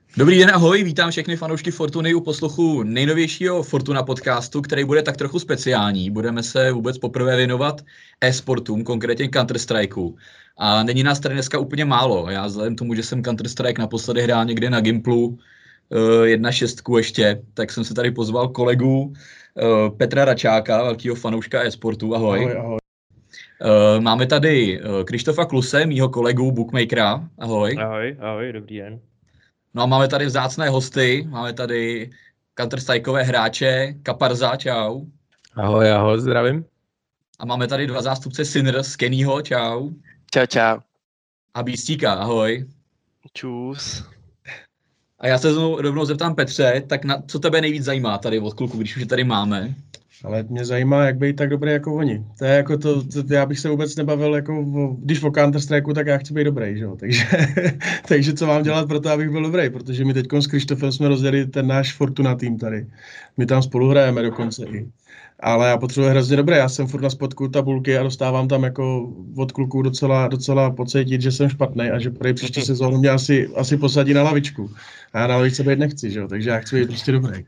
Dobrý den, ahoj, vítám všechny fanoušky Fortuny u posluchu nejnovějšího Fortuna podcastu, který bude tak trochu speciální. Budeme se vůbec poprvé věnovat e-sportům, konkrétně Counter-Strikeu. A není nás tady dneska úplně málo. Já vzhledem tomu, že jsem Counter-Strike naposledy hrál někde na Gimplu 1.6 ještě, tak jsem se tady pozval kolegu Petra Račáka, velkého fanouška e-sportu. Ahoj. Ahoj, ahoj. Máme tady Krištofa Kluse, mýho kolegu bookmakera. Ahoj. Ahoj, dobrý den. No a máme tady vzácné hosty, máme tady Counter-Strikeové hráče, Kaparza, čau. Ahoj, zdravím. A máme tady dva zástupce Sinners, Kennyho, čau. Čau. A Beastíka, ahoj. Čus. A já se rovnou zeptám Petře, tak co tebe nejvíc zajímá tady od kluku, když už je tady máme? Ale mě zajímá, jak být tak dobrý jako oni. To je jako to já bych se vůbec nebavil, jako když o Counter-Strikeu, tak já chci být dobrý, že jo? Takže co mám dělat pro to, abych byl dobrý, protože my teď s Krištofem jsme rozdělili ten náš Fortuna tým tady. My tam spolu hrajeme dokonce i. Ale já potřebuji hrozně dobré, já jsem furt na spodku tabulky a dostávám tam jako od kluků docela pocítit, že jsem špatný a že pro příští sezónu mě asi posadí na lavičku. A já na lavičce být nechci, že jo? Takže já chci být prostě dobrý.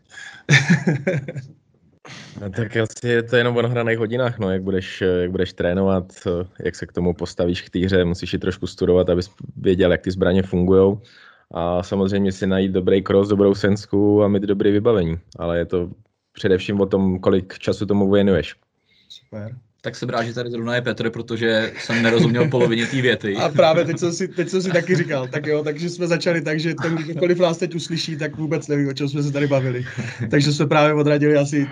No, tak asi je to jenom o nahraných hodinách, no, jak budeš trénovat, jak se k tomu postavíš k té hře, musíš ji trošku studovat, abys věděl, jak ty zbraně fungujou a samozřejmě si najít dobrý cross, dobrou sensku a mít dobré vybavení, ale je to především o tom, kolik času tomu věnuješ. Super. Tak jsem rád, že tady zrovna je Petr, protože jsem nerozuměl polovině té věty. A právě teď jsem si taky říkal, tak jo, takže jsme začali tak, že ten, kdykoliv nás teď uslyší, tak vůbec neví, o čem jsme se tady bavili. Takže jsme právě odradili asi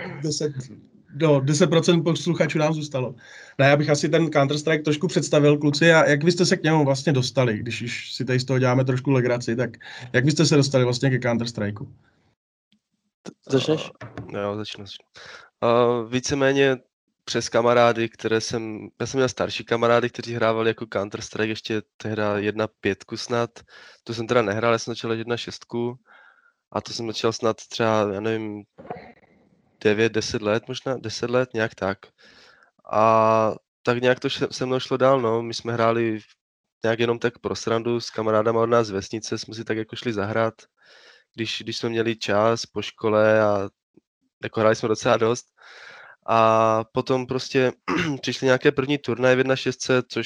10% posluchačů nám zůstalo. No, já bych asi ten Counter-Strike trošku představil, kluci, a jak vy jste se k němu vlastně dostali, když už si tady z toho děláme trošku legraci, tak jak vy jste se dostali vlastně ke Counter-Strikeu? Začneš? Jo, začnu. Víceméně přes kamarády, já jsem měl starší kamarády, kteří hrávali jako Counter-Strike, ještě tehda 1.5 snad, to jsem teda nehrál, já jsem začal 1.6 a to jsem začal snad třeba, já nevím, 9-10 let, možná 10 let, nějak tak. A tak nějak to se mnou šlo dál, no, my jsme hráli nějak jenom tak pro srandu s kamarádama od nás z vesnice, jsme si tak jako šli zahrát, když jsme měli čas po škole a jako hráli jsme docela dost. A potom prostě přišly nějaké první turnaje v 1.6, což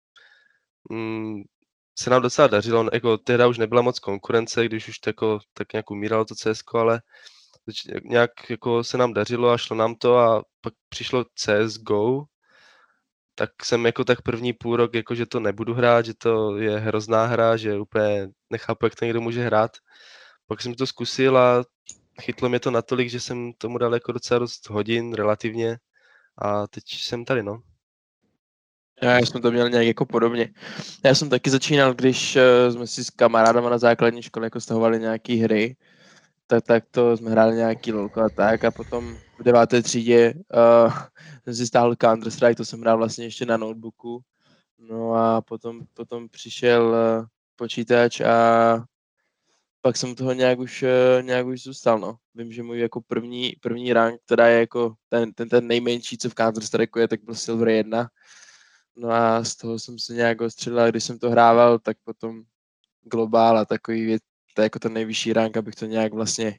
se nám docela dařilo. Jako tehda už nebyla moc konkurence, když už tak nějak umíralo to CSko, ale nějak jako se nám dařilo a šlo nám to a pak přišlo CSGO, tak jsem jako tak první půl rok, jako že to nebudu hrát, že to je hrozná hra, že úplně nechápu, jak to někdo může hrát. Pak jsem to zkusil a chytlo mě to natolik, že jsem tomu dal jako docela dost hodin relativně a teď jsem tady, no. Já jsem to měl nějak jako podobně. Já jsem taky začínal, když jsme si s kamarádama na základní škole jako stahovali nějaký hry, tak to jsme hráli nějaký lolko a tak a potom v 9. třídě jsem si stáhl Counter-Strike, to jsem hrál vlastně ještě na notebooku. No a potom přišel počítač a pak jsem toho nějak už zůstal, no. Vím, že můj jako první rank, teda je jako ten nejmenší, co v Counter-Strike je, tak byl Silver 1. No a z toho jsem se nějak ostřelil a když jsem to hrával, tak potom globál a takový věc, to je jako ten nejvyšší rank, abych to nějak vlastně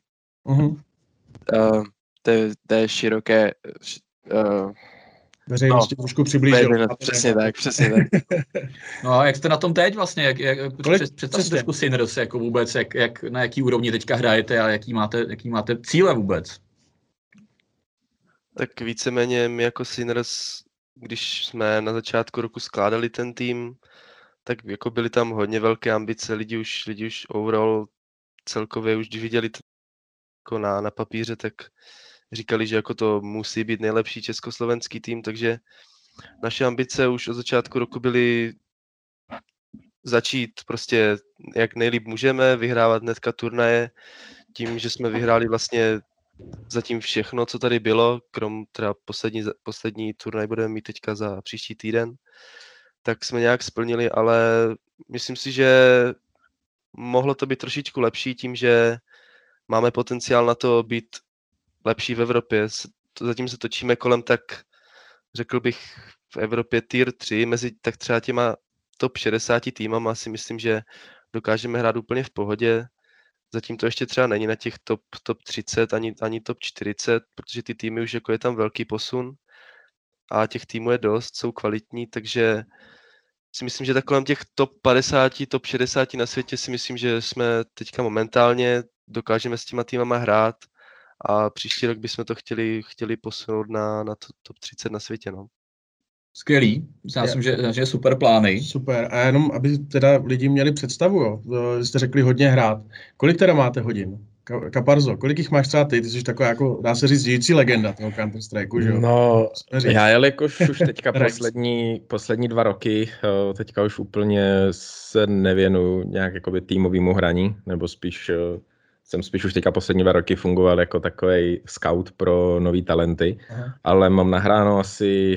té široké veřejnosti trošku přiblížil. Přesně tak. No a jak jste na tom teď vlastně? Představte trošku Sinners, jako vůbec, na jaký úrovni teďka hrajete a jaký máte cíle vůbec? Tak víceméně my jako Sinners, když jsme na začátku roku skládali ten tým, tak jako byly tam hodně velké ambice, lidi už overall celkově už když viděli to jako na papíře, tak říkali, že jako to musí být nejlepší československý tým, takže naše ambice už od začátku roku byly začít prostě jak nejlíp můžeme, vyhrávat hnedka turnaje, tím, že jsme vyhráli vlastně zatím všechno, co tady bylo, krom teda poslední turnaj budeme mít teďka za příští týden, tak jsme nějak splnili, ale myslím si, že mohlo to být trošičku lepší tím, že máme potenciál na to být lepší v Evropě. Zatím se točíme kolem tak, řekl bych, v Evropě tier 3, mezi tak třeba těma top 60 týmama si myslím, že dokážeme hrát úplně v pohodě. Zatím to ještě třeba není na těch top 30, ani top 40, protože ty týmy už jako je tam velký posun a těch týmů je dost, jsou kvalitní, takže si myslím, že takhle těch top 50, top 60 na světě si myslím, že jsme teďka momentálně, dokážeme s těma týmama hrát a příští rok bychom to chtěli posunout na top 30 na světě, no. Skvělý, já myslím, že super plány. Super, a jenom, aby teda lidi měli představu, jo. Jste řekli hodně hrát. Kolik teda máte hodin? Kaparzo, kolik jich máš třeba ty? Ty jsi taková, jako, dá se říct, žijící legenda toho Counter-Strikeu, že jo? No, já jelikož už teďka poslední 2 roky, teďka už úplně se nevěnuju nějak jakoby týmovému hraní, nebo jsem spíš už teďka poslední 2 roky fungoval jako takovej scout pro nový talenty, ale mám nahráno asi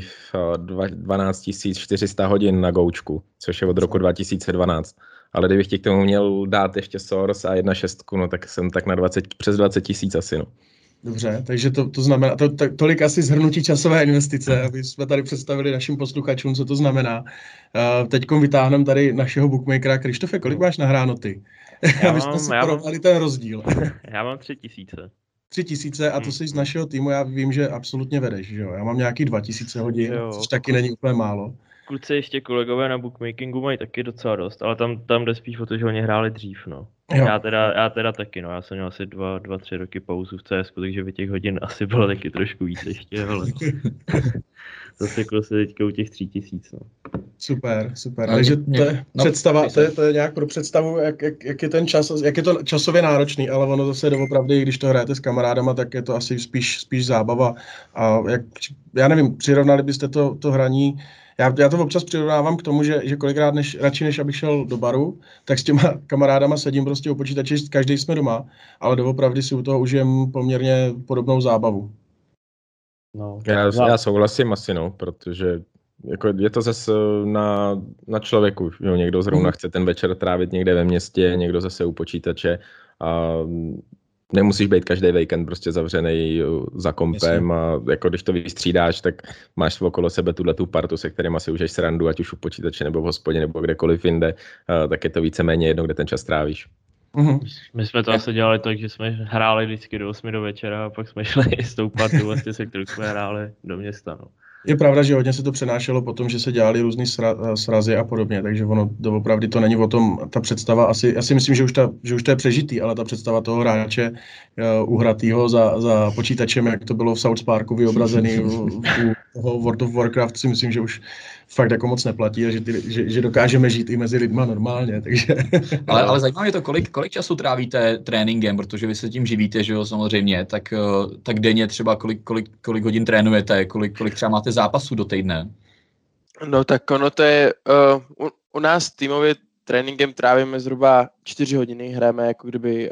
12 400 hodin na Goučku, což je od roku 2012. Ale kdybych ti k tomu měl dát ještě Source a 1.6, no tak jsem tak na přes 20 000 asi, no. Dobře, takže to znamená, tolik asi shrnutí časové investice, aby jsme tady představili našim posluchačům, co to znamená. Teďkom vytáhneme tady našeho bookmakera. Krištofe, kolik máš nahráno ty? Aby jsme si porovnali ten rozdíl. Já mám 3000. 3000 a to jsi z našeho týmu, já vím, že absolutně vedeš, že jo? Já mám nějaký 2000 hodin, což taky není úplně málo. Kluci ještě kolegové na bookmakingu mají taky docela dost, ale tam jde spíš o to, že oni hráli dřív, no. Já teda taky, no. Já jsem měl asi 2-3 roky pauzu v CSku, takže by těch hodin asi bylo taky trošku víc ještě, ale zasekl se teďka u těch 3000, no. Super. Takže to je představa, to je nějak pro představu, jak je ten čas, jak je to časově náročný, ale ono zase doopravdy, když to hrajete s kamarádama, tak je to asi spíš zábava. A já nevím, přirovnali byste to hraní. Já to občas přirovnávám k tomu, že kolikrát radši než abych šel do baru, tak s těma kamarádama sedím prostě u počítače, každý jsme doma, ale doopravdy si u toho užijem poměrně podobnou zábavu. No, já souhlasím asi, no, protože jako je to zase na člověku, jo, někdo zrovna chce ten večer trávit někde ve městě, někdo zase u počítače a nemusíš být každý víkend prostě zavřený za kompem a jako když to vystřídáš, tak máš okolo sebe tu partu, se kterým si užiješ srandu, ať už u počítače nebo v hospodě nebo kdekoliv jinde, tak je to víceméně jedno, kde ten čas trávíš. My jsme to asi dělali tak, že jsme hráli vždycky do 8 do večera a pak jsme šli stoupat vlastně, se kterou jsme hráli do města, no. Je pravda, že hodně se to přenášelo potom, že se dělali různý srazy a podobně, takže ono doopravdy to není o tom, ta představa, já si myslím, že už to je přežitý, ale ta představa toho hráče uhratýho za počítačem, jak to bylo v South Parku vyobrazený u toho World of Warcraft, si myslím, že už fakt jako moc neplatí a že dokážeme žít i mezi lidma normálně, takže... Ale zajímá mě to, kolik času trávíte tréninkem, protože vy se tím živíte, že jo, samozřejmě, tak denně třeba kolik hodin trénujete, kolik třeba máte zápasů do týdne? No tak ono to je, u nás týmově tréninkem trávíme zhruba 4 hodiny, hrajeme jako kdyby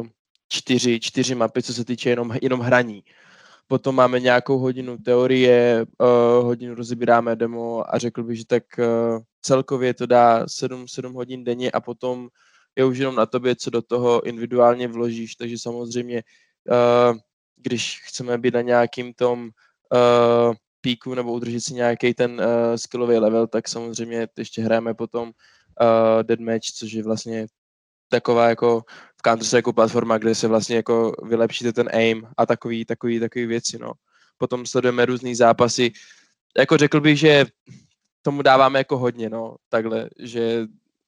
4 mapy, co se týče jenom hraní. Potom máme nějakou hodinu teorie, hodinu rozebíráme demo a řekl bych, že tak celkově to dá 7 hodin denně a potom je už jenom na tobě, co do toho individuálně vložíš, takže samozřejmě, když chceme být na nějakým tom píku nebo udržet si nějaký ten skillový level, tak samozřejmě ještě hrajeme potom deathmatch, což je vlastně taková jako v Counter-Strike platforma, kde se vlastně jako vylepšíte ten aim a takový věci, no. Potom sledujeme různý zápasy. Jako řekl bych, že tomu dáváme jako hodně, no, takhle, že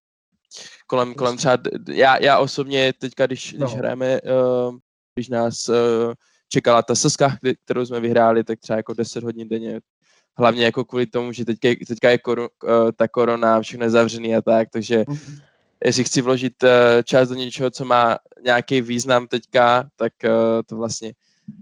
kolem třeba, já osobně teďka, když hrajeme, když nás čekala ta saska, kterou jsme vyhráli, tak třeba jako 10 hodin denně. Hlavně jako kvůli tomu, že teďka je ta korona, všechno je zavřený a tak, takže jestli chci vložit čas do něčeho, co má nějaký význam teďka, tak to vlastně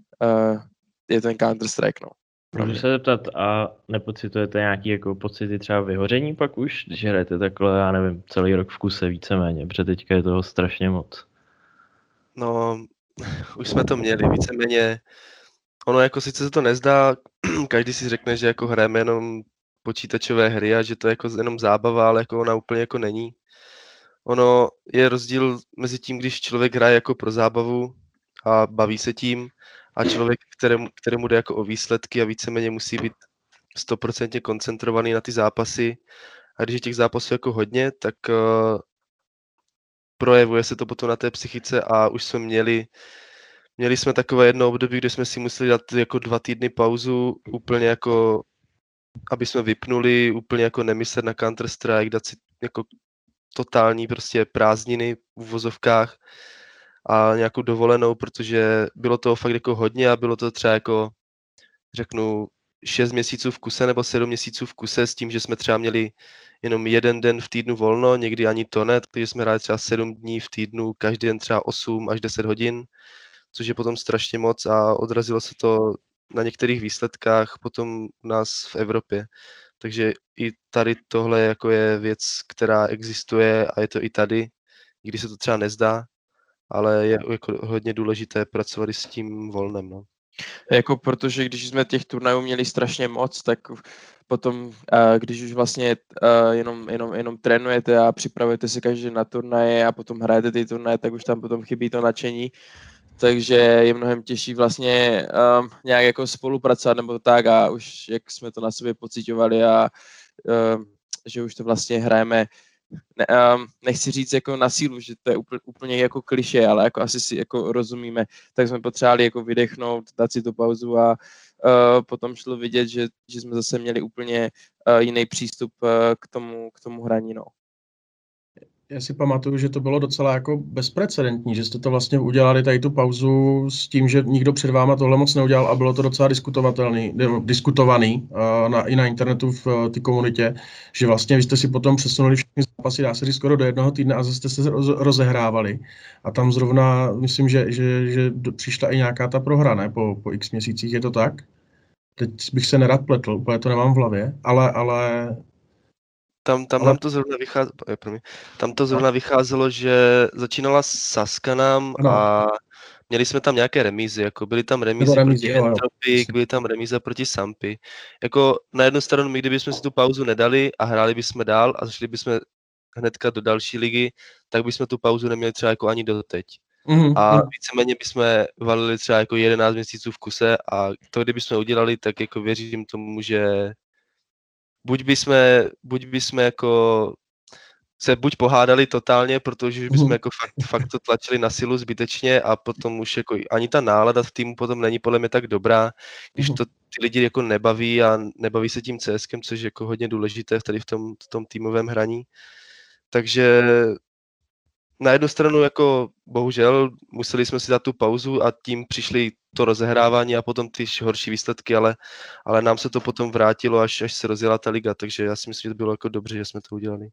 je ten Counter-Strike, no. Můžu se zeptat, a nepocitujete nějaký jako pocity třeba vyhoření pak už, když hrajete takhle, já nevím, celý rok v kuse víceméně, protože teďka je toho strašně moc. No, už jsme to měli víceméně. Ono jako sice se to nezdá, každý si řekne, že jako hrajeme jenom počítačové hry a že to je jako jenom zábava, ale jako ona úplně jako není. Ono je rozdíl mezi tím, když člověk hraje jako pro zábavu a baví se tím a člověk, kterému jde jako o výsledky a víceméně musí být 100% koncentrovaný na ty zápasy. A když je těch zápasů jako hodně, tak projevuje se to potom na té psychice a už jsme měli jsme takové jedno období, kde jsme si museli dát jako 2 týdny pauzu, úplně jako, aby jsme vypnuli, úplně jako nemyslet na Counter-Strike, dát si jako totální prostě prázdniny v uvozovkách a nějakou dovolenou, protože bylo toho fakt jako hodně a bylo to třeba jako, řeknu, 6 měsíců v kuse nebo 7 měsíců v kuse s tím, že jsme třeba měli jenom 1 den v týdnu volno, někdy ani to ne, takže jsme hráli třeba 7 dní v týdnu, každý den třeba 8 až 10 hodin, což je potom strašně moc a odrazilo se to na některých výsledkách potom u nás v Evropě. Takže i tady tohle jako je věc, která existuje a je to i tady, i když se to třeba nezdá, ale je jako hodně důležité pracovat i s tím volnem. No. Jako protože když jsme těch turnajů měli strašně moc, tak potom, když už vlastně jenom trénujete a připravujete se každý na turnaje a potom hrajete ty turnaje, tak už tam potom chybí to nadšení. Takže je mnohem těžší vlastně nějak jako spolupracovat nebo tak a už jak jsme to na sobě pociťovali a že už to vlastně hrajeme, nechci říct jako na sílu, že to je úplně jako klišé, ale jako asi si jako rozumíme, tak jsme potřebovali jako vydechnout, dát si tu pauzu a potom šlo vidět, že jsme zase měli úplně jiný přístup k tomu hraní, no. Já si pamatuju, že to bylo docela jako bezprecedentní, že jste to vlastně udělali tady tu pauzu s tím, že nikdo před váma tohle moc neudělal a bylo to docela diskutovaný i na internetu v té komunitě, že vlastně vy jste si potom přesunuli všechny zápasy, dá se říct, skoro do 1 týdne a zase jste se rozehrávali. A tam zrovna, myslím, že přišla i nějaká ta prohra, ne? Po x měsících, je to tak? Teď bych se nerad pletl, úplně to nemám v hlavě, ale Tam nám to zrovna vycházelo, tam to zrovna vycházelo, že začínala Saska nám a měli jsme tam nějaké remízy, jako byly tam remízy proti Entropic, byly tam remíze proti Sampy. Jako na jednu stranu my, kdybychom si tu pauzu nedali a hráli bychom dál a zašli bychom hnedka do další ligy, tak bychom tu pauzu neměli třeba jako ani doteď. A víceméně bychom valili třeba jako 11 měsíců v kuse a to, kdybychom udělali, tak jako věřím tomu, že buď bychom jako se pohádali totálně, protože bychom jako fakt to tlačili na silu zbytečně a potom už jako ani ta nálada v týmu potom není podle mě tak dobrá, když to ty lidi jako nebaví a nebaví se tím CSkem, což je jako hodně důležité tady v tom týmovém hraní. Takže na jednu stranu jako bohužel museli jsme si dát tu pauzu a tím přišli to rozehrávání a potom ty horší výsledky, ale nám se to potom vrátilo, až se rozjela ta liga, takže já si myslím, že to bylo jako dobře, že jsme to udělali.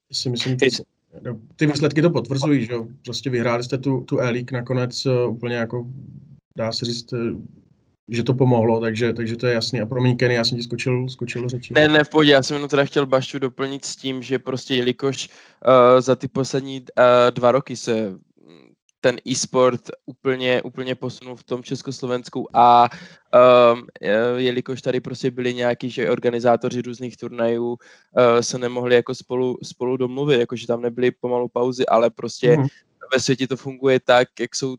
Ty výsledky to potvrzují, že jo? Prostě vyhráli jste tu E-League nakonec úplně jako, dá se říct, že to pomohlo, takže to je jasný. A promiň, Kenny, já jsem ti skočil do řeči. Ne, v pohodě, já jsem jenom teda chtěl Baštu doplnit s tím, že prostě jelikož za ty poslední 2 roky se ten e-sport úplně posunul v tom Československu a jelikož tady prostě byli nějaký, že organizátoři různých turnajů se nemohli jako spolu domluvit, jakože tam nebyly pomalu pauzy, ale prostě ve světě to funguje tak, jak jsou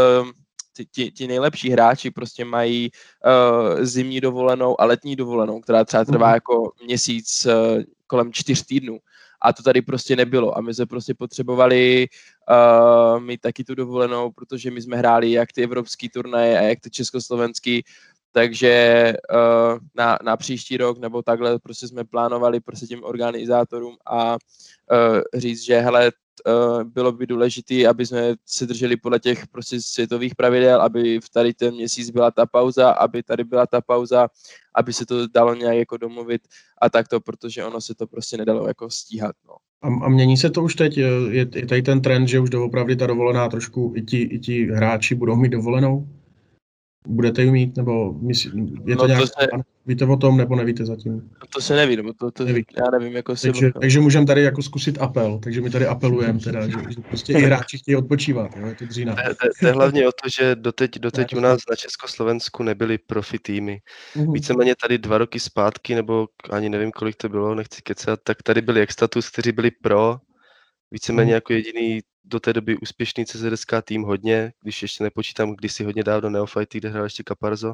ti nejlepší hráči prostě mají zimní dovolenou a letní dovolenou, která třeba trvá jako měsíc kolem 4 týdnů. A to tady prostě nebylo. A my jsme prostě potřebovali mít taky tu dovolenou, protože my jsme hráli jak ty evropský turnaje a jak ty československý. Takže na příští rok nebo takhle prostě jsme plánovali prostě těm organizátorům a říct, že hele, bylo by důležité, aby jsme se drželi podle těch prostě světových pravidel, aby v tady ten měsíc byla ta pauza, aby tady byla ta pauza, aby se to dalo nějak jako domluvit a takto, protože ono se to prostě nedalo jako stíhat. No. A mění se to už teď? Je tady ten trend, že už doopravdy ta dovolená trošku i ti hráči budou mít dovolenou? Budete ji mít, nebo je to nějak... Víte o tom, nebo nevíte zatím? To se neví, nebo to já nevím, jako si... Takže můžeme tady jako zkusit apel, takže my tady apelujeme teda, že prostě i hráči chtějí odpočívat, jo, je to dřína. To je hlavně o to, že doteď u nás na Československu nebyly profi týmy. Víceméně tady 2 roky zpátky, nebo ani nevím, kolik to bylo, nechci kecat, tak tady byli Extatus, kteří byli pro, víceméně jako jediný do té doby úspěšný CZSK tým hodně, když ještě nepočítám kdysi hodně dávno Neophyty, kde hrál ještě Caparzo,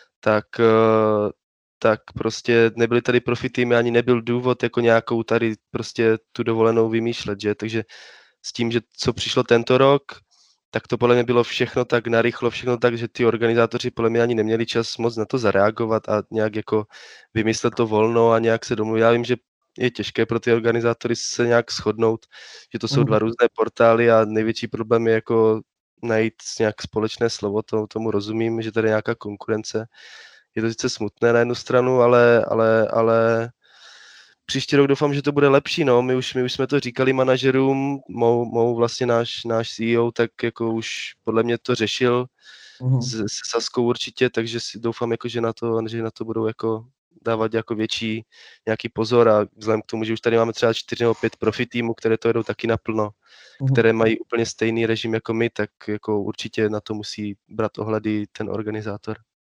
tak prostě nebyly tady profi týmy, ani nebyl důvod jako nějakou tady prostě tu dovolenou vymýšlet, že? Takže s tím, že co přišlo tento rok, tak to podle mě bylo všechno tak narychlo, všechno tak, že ty organizátoři podle mě ani neměli čas moc na to zareagovat a nějak jako vymyslet to volno a nějak se domluvit. Já vím, že je těžké pro ty organizátory se nějak shodnout, že to jsou dva různé portály a největší problém je jako najít nějak společné slovo, tomu rozumím, že tady je nějaká konkurence. Je to sice smutné na jednu stranu, ale příští rok doufám, že to bude lepší, no. My už jsme to říkali manažerům, mou vlastně náš CEO, tak jako už podle mě to řešil se Saskou určitě, takže si doufám, jako, že na to budou jako dávat jako větší nějaký pozor a vzhledem k tomu, že už tady máme třeba 4 nebo 5 profi týmů, které to jedou taky naplno, které mají úplně stejný režim jako my, tak jako určitě na to musí brát ohledy ten organizátor.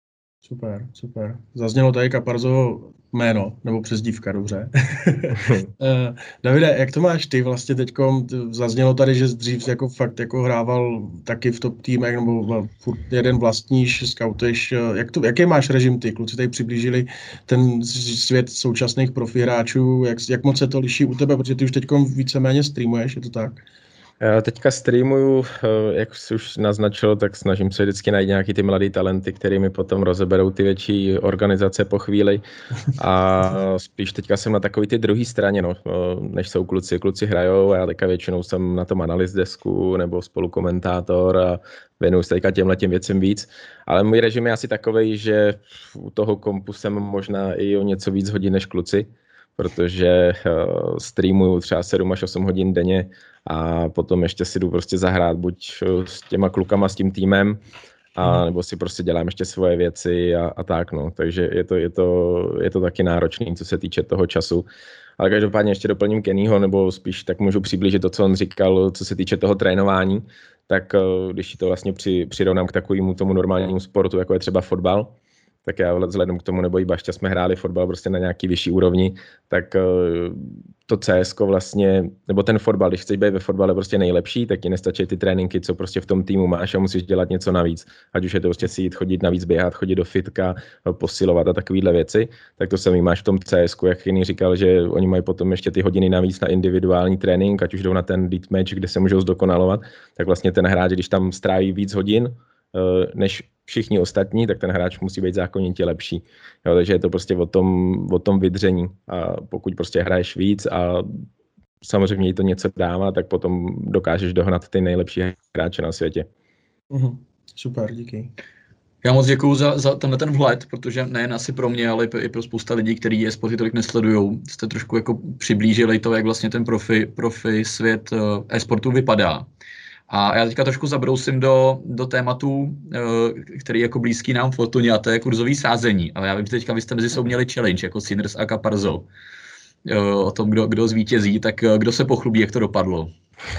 Super. Zaznělo tady Caparzovo jméno, nebo přezdívka, dobře. Davide, jak to máš ty vlastně teďkom? Zaznělo tady, že dřív jako fakt jako hrával taky v top týmech, nebo jeden vlastníš, scoutuješ. Jaký máš režim ty? Kluci tady přiblížili ten svět současných profi hráčů. Jak moc se to liší u tebe? Protože ty už teďkom víceméně streamuješ, je to tak? Já teďka streamuju, jak jsi už naznačil, tak snažím se vždycky najít nějaký ty mladý talenty, který mi potom rozeberou ty větší organizace po chvíli a spíš teďka jsem na takový ty druhý straně, no, než jsou kluci. Kluci hrajou a já teďka většinou jsem na tom analyst desku nebo spolukomentátor a věnuju se teďka těmhletěm věcem víc, ale můj režim je asi takovej, že u toho kompu jsem možná i o něco víc hodin než kluci, protože streamuju třeba 7 až 8 hodin denně a potom ještě si jdu prostě zahrát buď s těma klukama, s tím týmem, a nebo si prostě dělám ještě svoje věci a tak, no. Takže je to taky náročný, co se týče toho času. Ale každopádně ještě doplním Kennyho, nebo spíš tak můžu přiblížit to, co on říkal, co se týče toho trénování, tak když to vlastně přirovnám k takovému tomu normálnímu sportu, jako je třeba fotbal, tak já vzhledem k tomu, nebo i Bašťa jsme hráli fotbal prostě na nějaký vyšší úrovni, tak to CSko vlastně, nebo ten fotbal, když chceš být ve fotbale prostě nejlepší, tak ti nestačí ty tréninky, co prostě v tom týmu máš a musíš dělat něco navíc. Ať už je to prostě si jít chodit navíc běhat, chodit do fitka, posilovat a takovýhle věci, tak to samý máš v tom CSku, jak jiný říkal, že oni mají potom ještě ty hodiny navíc na individuální trénink, ať už jdou na ten deathmatch, kde se můžou zdokonalovat, tak vlastně ten hráč, když tam stráví víc hodin, než všichni ostatní, tak ten hráč musí být zákonitě lepší. Jo, takže je to prostě o tom vydření. A pokud prostě hraješ víc a samozřejmě jí to něco dává, tak potom dokážeš dohnat ty nejlepší hráče na světě. Super, díky. Já moc děkuju za tenhle ten vhled, protože nejen asi pro mě, ale i pro spousta lidí, kteří e-sporty tolik nesledujou. Jste trošku jako přiblížili to, jak vlastně ten profi svět e-sportu vypadá. A já teďka trošku zabrousím do tématu, který je jako blízký nám Fortuně, a to je kurzový sázení. Ale já vím, že teďka vy jste mezi sebou měli challenge, jako Sinners a Caparzo. O tom, kdo zvítězí, tak kdo se pochlubí, jak to dopadlo?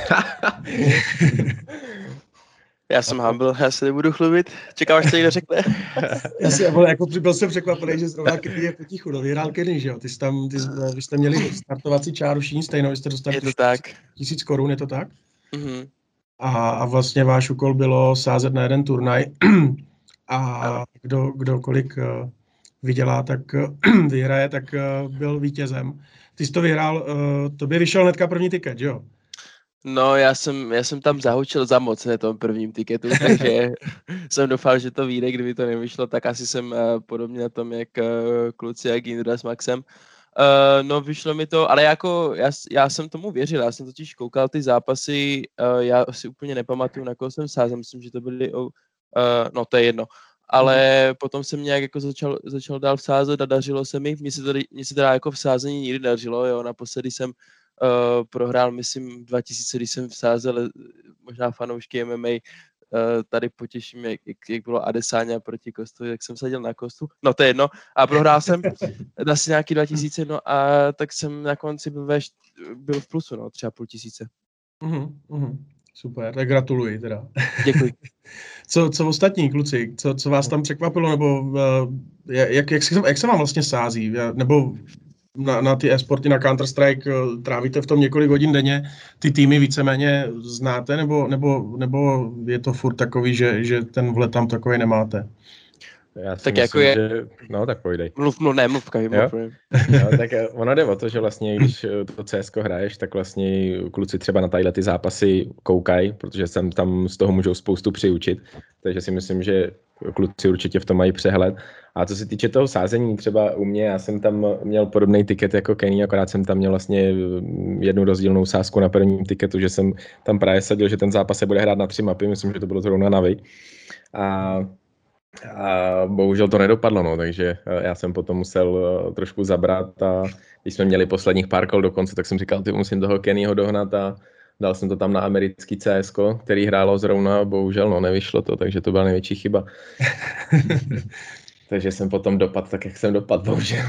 Já jsem humble, já se nebudu chlubit. Čekám, až se někdo řekne. Byl jsem překvapený, že zrovna Kenny je potichu. No, vyhrál Kenny, že jo? Vy jste měli startovací čáru všichni stejnou, vy jste dostali 1000 korun, je to tak? Mhm. A vlastně váš úkol bylo sázet na jeden turnaj a kdo kolik vydělá, tak vyhraje, tak byl vítězem. Ty jsi to vyhrál, tobě vyšel hnedka první tiket, jo? No, já jsem tam zahučil za moc na tom prvním tiketu, takže jsem doufal, že to vyjde, kdyby to nevyšlo, tak asi jsem podobně na tom, jak kluci, jak Indra s Maxem. No, vyšlo mi to, ale jako já jsem tomu věřil, já jsem totiž koukal ty zápasy, já si úplně nepamatuju, na koho jsem sázel, myslím, že to byly, no to je jedno, ale potom jsem nějak jako začal dál vsázet a dařilo se mi, mně se teda jako v sázení nikdy dařilo, jo, naposledy jsem prohrál, myslím, 2000, když jsem vsázel, možná fanoušky MMA, tady potěším, jak bylo Adesanya proti Kostu, jak jsem sadil na Kostu, no to je jedno, a prohrál jsem asi nějaký 2000, no a tak jsem na konci byl v plusu, no, třeba 500. Super, tak gratuluji teda. Děkuji. Co ostatní kluci, co vás tam překvapilo, nebo jak se vám vlastně sází, nebo na ty e-sporty, na Counter-Strike trávíte v tom několik hodin denně, ty týmy víceméně znáte, nebo je to furt takový, že ten vhled tam takový nemáte? Já si Tak myslím, jako je- že... No, tak pojdej. Mluv, Kavi, Jo? mluv. No, tak ono jde o to, že vlastně, když to CSko hraješ, tak vlastně kluci třeba na tadyhle ty zápasy koukají, protože sem tam z toho můžou spoustu přiučit. Takže si myslím, že kluci určitě v tom mají přehled. A co se týče toho sázení, třeba u mě, já jsem tam měl podobný tiket jako Kenny, akorát jsem tam měl vlastně jednu rozdílnou sázku na prvním tiketu, že jsem tam právě sadil, že ten zápas se bude hrát na 3 mapy, myslím, že to bylo zrovna Navy. A bohužel to nedopadlo, no, takže já jsem potom musel trošku zabrat a když jsme měli posledních pár kol do konce, tak jsem říkal, ty musím toho Kennyho dohnat a dal jsem to tam na americký CSko, který hrálo zrovna, bohužel no, nevyšlo to, takže to byla největší chyba. Takže jsem potom dopadl tak, jak jsem dopadl, bohužel.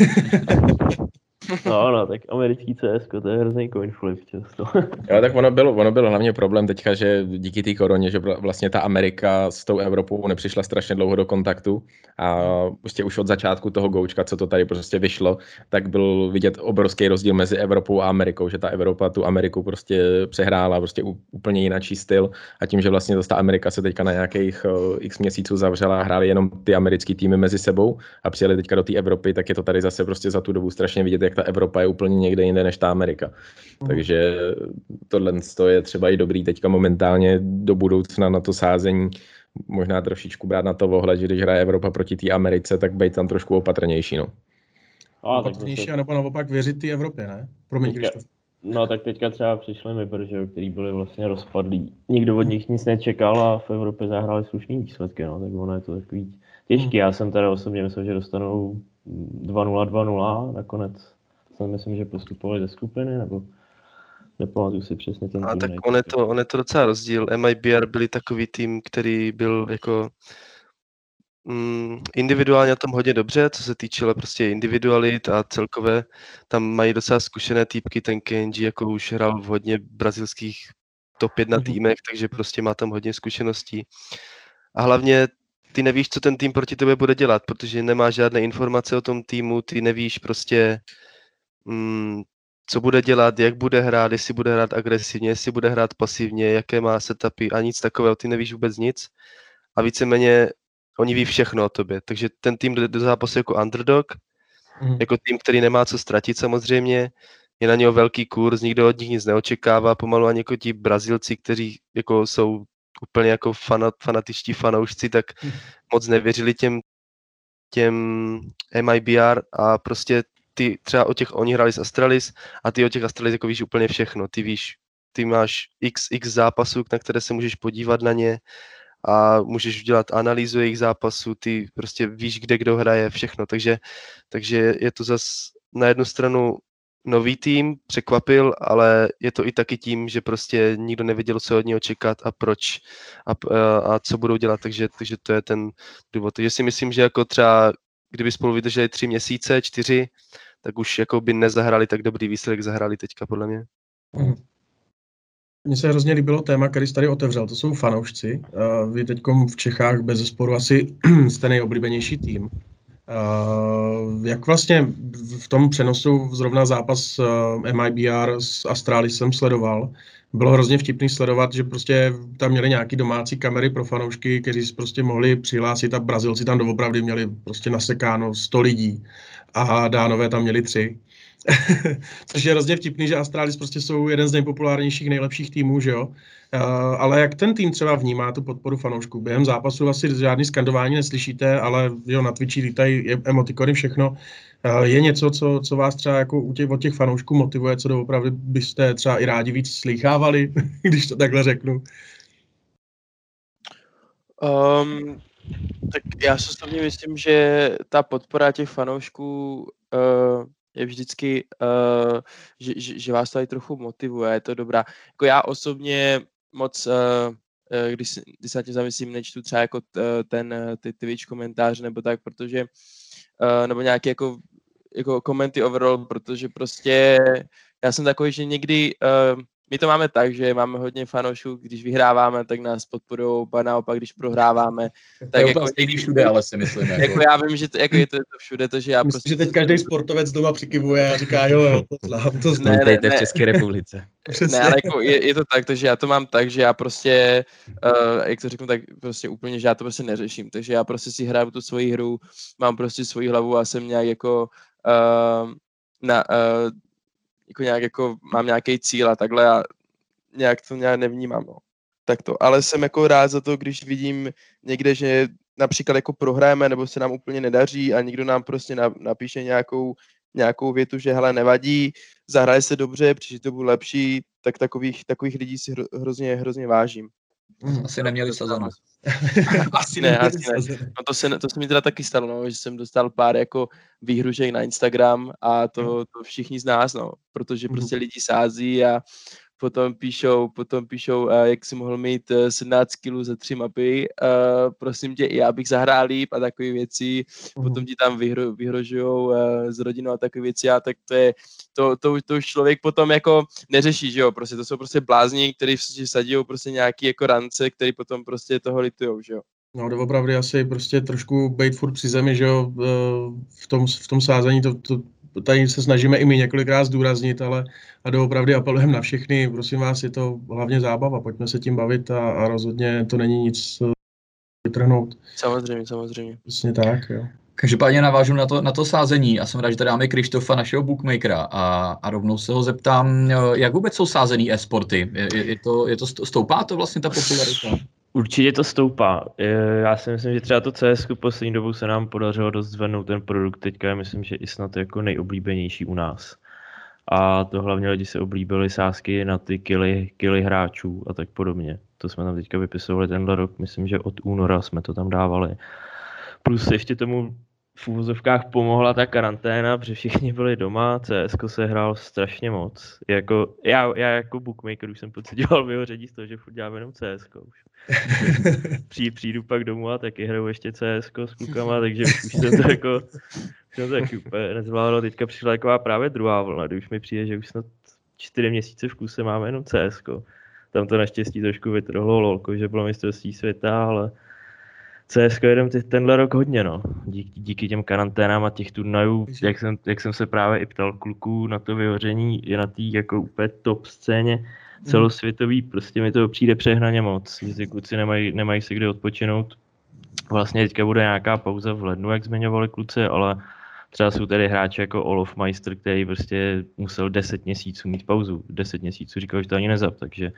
No, tak americký CSko, to je hrozný coin flip často. Jo, tak ono byl hlavně problém teďka, že díky té koroně, že vlastně ta Amerika s tou Evropou nepřišla strašně dlouho do kontaktu a prostě už od začátku toho goučka, co to tady prostě vyšlo, tak byl vidět obrovský rozdíl mezi Evropou a Amerikou, že ta Evropa tu Ameriku prostě přehrála, prostě úplně jináčí styl a tím, že vlastně ta Amerika se teďka na nějakých x měsíců zavřela, hráli jenom ty americký týmy mezi sebou a přijeli teďka do té Evropy, tak je to tady zase prostě za tu dobu strašně vidět, jak ta Evropa je úplně někde jinde než ta Amerika. Takže tohle je třeba i dobrý teďka momentálně do budoucna na to sázení. Možná trošičku brát na to ohled, že když hraje Evropa proti té Americe, tak být tam trošku opatrnější. No. Opatrnější a nebo naopak věřit té Evropě, ne? Promiň, Krištof. No tak teďka třeba přišli mi, protože který byli vlastně rozpadlí. Nikdo od nich nic nečekal a v Evropě zahráli slušný výsledky, no, tak ono je to takový těžký. Já jsem teda osobně myslel, že dostanou 2-0, nakonec jsem myslím, že postupovali ze skupiny, nebo nepamatuju si přesně ten A tým. tak on je to docela rozdíl. MIBR byli takový tým, který byl jako individuálně na tom hodně dobře, co se týčilo prostě individualit a celkové. Tam mají docela zkušené týpky, ten Kenji jako už hrál v hodně brazilských top 1 týmech, takže prostě má tam hodně zkušeností. A hlavně ty nevíš, co ten tým proti tebe bude dělat, protože nemáš žádné informace o tom týmu, ty nevíš prostě, co bude dělat, jak bude hrát, jestli bude hrát agresivně, jestli bude hrát pasivně, jaké má setupy a nic takového, ty nevíš vůbec nic. A víceméně oni ví všechno o tobě, takže ten tým jde do zápasu jako underdog, jako tým, který nemá co ztratit samozřejmě, je na něho velký kurz, nikdo od nich nic neočekává, pomalu ani jako ti Brazilci, kteří jako jsou úplně jako fanatičtí fanoušci, tak moc nevěřili těm MIBR a prostě ty třeba oni hráli s Astralis a ty o těch Astralis jako víš úplně všechno, ty máš x zápasů, na které se můžeš podívat na ně a můžeš udělat analýzu jejich zápasů, ty prostě víš, kde kdo hraje, všechno, takže je to zas na jednu stranu nový tým, překvapil, ale je to i taky tím, že prostě nikdo nevěděl, co od něho čekat a proč a co budou dělat, takže to je ten důvod. Takže si myslím, že jako třeba kdyby spolu vydrželi 3 měsíce, 4, tak už jako by nezahrali tak dobrý výsledek, zahrali teďka podle mě. Mně se hrozně líbilo téma, který jsi tady otevřel, to jsou fanoušci. Vy teďkom v Čechách bezesporu asi jste nejoblíbenější tým. Jak vlastně v tom přenosu zrovna zápas MIBR s Astralis jsem sledoval, bylo hrozně vtipný sledovat, že prostě tam měli nějaký domácí kamery pro fanoušky, kteří si prostě mohli přihlásit a Brazilci tam doopravdy měli prostě nasekáno 100 lidí a Dánové tam měli 3. Což je hrozně vtipný, že Astralis prostě jsou jeden z nejpopulárnějších, nejlepších týmů, že jo? Ale jak ten tým třeba vnímá tu podporu fanoušků? Během zápasu asi žádný skandování neslyšíte, ale jo, na Twitchi lítají emotikony, všechno. Je něco, co vás třeba jako od těch fanoušků motivuje, co doopravdy byste třeba i rádi víc slýchávali, když to takhle řeknu? Tak já si osobně myslím, že ta podpora těch fanoušků je vždycky, že vás to tady trochu motivuje, je to dobrá. Jako já osobně moc, když se na tím zamyslím, nečtu třeba jako ty Twitch komentáře nebo tak, protože, nebo nějaké jako komenty overall, protože prostě já jsem takový, že někdy my to máme tak, že máme hodně fanoušků, když vyhráváme, tak nás podporují, a naopak, když prohráváme. Tak jako stejný všude, ale si myslím. Jako já vím, že je to všude, to, že já myslím, prostě... že teď každý sportovec doma přikivuje a říká, jo, to znám. Vítejte v České republice. Ne, ale jako je to tak, takže já to mám tak, že já prostě, jak to řeknu, tak prostě úplně, že já to prostě neřeším, takže já prostě si hraju tu svoji hru, mám prostě svoji hlavu a jsem nějak jako mám nějaký cíl a takhle a nějak to nějak nevnímám, no. Tak to, ale jsem jako rád za to, když vidím někde, že například jako prohrajeme nebo se nám úplně nedaří a někdo nám prostě napíše nějakou větu, že hele, nevadí, zahraje se dobře, příště to bude lepší, tak takových lidí si hrozně vážím. Asi neměli sazeno. Asi ne. No to se mi teda taky stalo, no, že jsem dostal pár jako výhrušek na Instagram a to všichni z nás, no, protože prostě lidi sází a potom píšou, jak si mohl mít 17 kg za 3 mapy, prosím tě, já bych zahrál líp a takové věci, potom ti tam vyhrožujou s rodinou a takové věci a tak to už člověk potom jako neřeší, že jo, prostě to jsou prostě blázni, kteří sadí prostě nějaký jako rance, který potom prostě toho litujou, že jo. No, doopravdy asi prostě trošku bejt furt při zemi, že jo, v tom sázení to tady se snažíme i my několikrát zdůraznit, ale a doopravdy apelujeme na všechny, prosím vás, je to hlavně zábava, pojďme se tím bavit a rozhodně to není nic vytrhnout. Samozřejmě. Přesně tak, jo. Každopádně navážu na to sázení a jsem rád, že tady máme Krištofa, našeho bookmakera a rovnou se ho zeptám, jak vůbec jsou sázený e-sporty? Stoupá to vlastně ta popularita? Určitě to stoupá. Já si myslím, že třeba to CS poslední dobou se nám podařilo dost zvednout ten produkt. Teďka je myslím, že i snad jako nejoblíbenější u nás. A to hlavně lidi se oblíbili sázky na ty killy hráčů a tak podobně. To jsme tam teďka vypisovali tenhle rok, myslím, že od února jsme to tam dávali. Plus ještě tomu v úvozovkách pomohla ta karanténa, protože všichni byli doma, CSko se hrál strašně moc. Já jako bookmaker už jsem pocitoval vyhoření z toho, že furt dělám jenom CSko už. Přijdu pak domů a taky hraju ještě CSko s klukama, takže už jsem to taky úplně nezvládal. Teďka přišla taková právě druhá vlna, kdy už mi přijde, že už snad 4 měsíce v kuse máme jenom CSko. Tam to naštěstí trošku vytrhlo lolko, že bylo mistrovství světa, ale CSko jedem tenhle rok hodně, no. Díky těm karanténám a těch turnajů, jak jsem se právě i ptal kluků na to vyhoření, je na té jako úplně top scéně celosvětový, prostě mi to přijde přehnaně moc, že ty kluci nemají se kde odpočinout. Vlastně teďka bude nějaká pauza v lednu, jak zmiňovali kluci, ale třeba jsou tady hráči jako Olof Meister, který prostě musel 10 měsíců mít pauzu. 10 měsíců, říkal, že to ani nezap, takže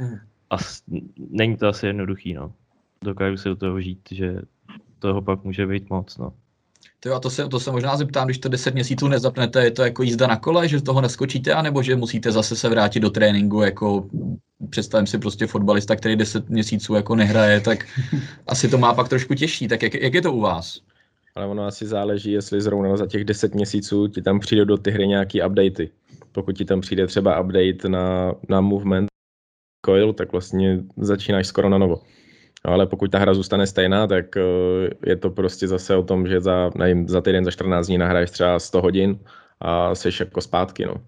není to asi jednoduchý, no. Dokážu se do toho žít, že toho pak může být moc, no. To se možná zeptám, když to 10 měsíců nezapnete, je to jako jízda na kole, že z toho neskočíte, anebo že musíte zase se vrátit do tréninku, jako představím si prostě fotbalista, který 10 měsíců jako nehraje, tak asi to má pak trošku těžší, tak jak je to u vás? Ale ono asi záleží, jestli zrovna za těch 10 měsíců ti tam přijde do ty hry nějaký updaty. Pokud ti tam přijde třeba update na movement coil, tak vlastně začínáš skoro na novo. Ale pokud ta hra zůstane stejná, tak je to prostě zase o tom, že za týden, za 14 dní nahraješ třeba 100 hodin a jsi jako zpátky, no.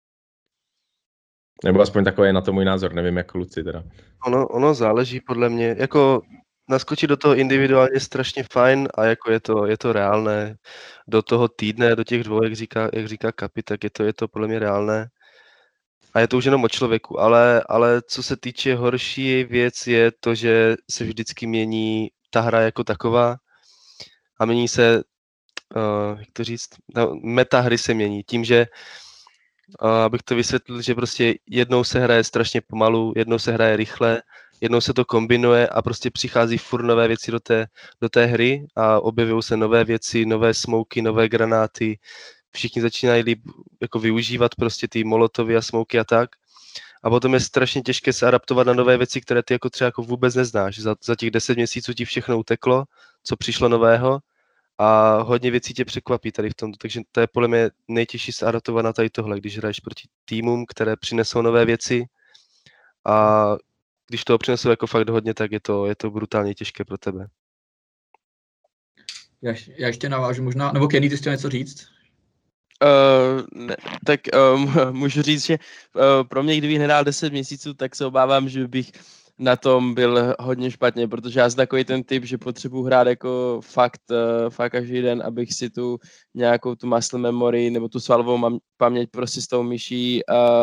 Nebo aspoň takový je na to můj názor, nevím jak kluci teda. Ono záleží podle mě, jako naskočit do toho individuálně je strašně fajn a jako je to reálné. Do toho týdne, do těch 2, jak říká Kapi, tak je to podle mě reálné. A je to už jenom o člověku, ale co se týče horší věc je to, že se vždycky mění ta hra jako taková a mění se, jak to říct, meta hry se mění tím, že abych to vysvětlil, že prostě jednou se hraje strašně pomalu, jednou se hraje rychle, jednou se to kombinuje a prostě přichází furt nové věci do té hry a objevují se nové věci, nové smoky, nové granáty. Všichni začínají líp jako využívat prostě ty molotovy a smoky a tak. A potom je strašně těžké se adaptovat na nové věci, které ty jako třeba jako vůbec neznáš. Za těch 10 měsíců ti všechno uteklo, co přišlo nového a hodně věcí tě překvapí tady v tom. Takže to je podle mě nejtěžší se adaptovat na tady tohle, když hraješ proti týmům, které přinesou nové věci a když toho přinesou jako fakt hodně, tak je to brutálně těžké pro tebe. Já ještě navážu možná, nebo Kenny, ty jsi chtěl něco říct? Tak můžu říct, že pro mě, kdybych nehrál 10 měsíců, tak se obávám, že bych na tom byl hodně špatně, protože já jsem takový ten typ, že potřebuji hrát jako fakt každý den, abych si tu nějakou tu muscle memory nebo tu svalovou paměť prostě s tou myší,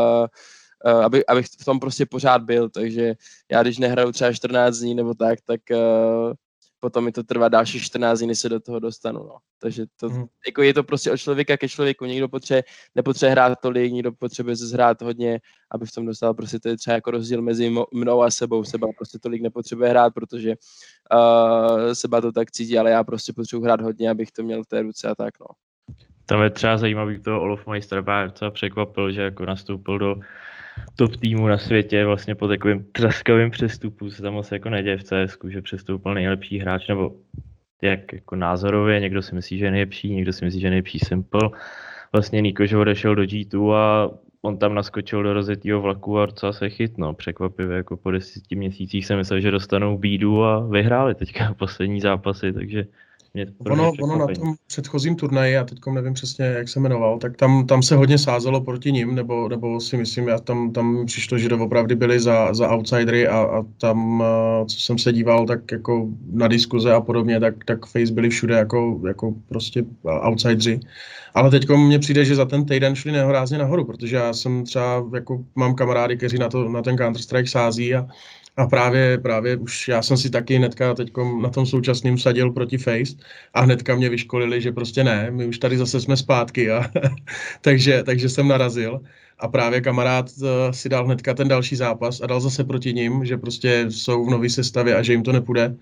abych v tom prostě pořád byl, takže já když nehraju třeba 14 dní nebo tak potom mi to trvá další 14 dní, než se do toho dostanu, no. Takže to, jako je to prostě od člověka ke člověku, někdo nepotřebuje hrát tolik, někdo potřebuje se hrát hodně, aby v tom dostal, prostě to je třeba jako rozdíl mezi mnou a sebou, Seba prostě tolik nepotřebuje hrát, protože Seba to tak cítí, ale já prostě potřebuji hrát hodně, abych to měl v té ruce a tak, no. Tam je třeba zajímavý toho Olofmeistera, mě docela překvapil, že jako nastoupil do top týmu na světě vlastně po takovým třaskavým přestupu, se tam moc jako neděje v CSku, že přestoupil nejlepší hráč, nebo jak jako názorově, někdo si myslí, že je nejlepší, někdo si myslí, že je nejlepší Simple. Vlastně Niko, že odešel do G2 a on tam naskočil do rozjetýho vlaku a docela se chytno. Překvapivě, jako po 10 měsících jsem myslel, že dostanou bídu a vyhráli teďka poslední zápasy, takže Ono na tom předchozím turnaji, já teď nevím přesně, jak se jmenoval, tak tam se hodně sázelo proti nim, nebo si myslím, tam přišlo, že doopravdy byli za outsidery a tam, co jsem se díval, tak jako na diskuze a podobně, tak FaZe byli všude jako prostě outsideri. Ale teď mně přijde, že za ten týden šli nehorázně nahoru, protože já jsem třeba, jako mám kamarády, kteří na ten Counter-Strike sází a právě už já jsem si taky hnedka teďkom na tom současným sadil proti FaZe a hnedka mě vyškolili, že prostě ne, my už tady zase jsme zpátky takže jsem narazil a právě kamarád si dal hnedka ten další zápas a dal zase proti nim, že prostě jsou v nový sestavě a že jim to nepůjde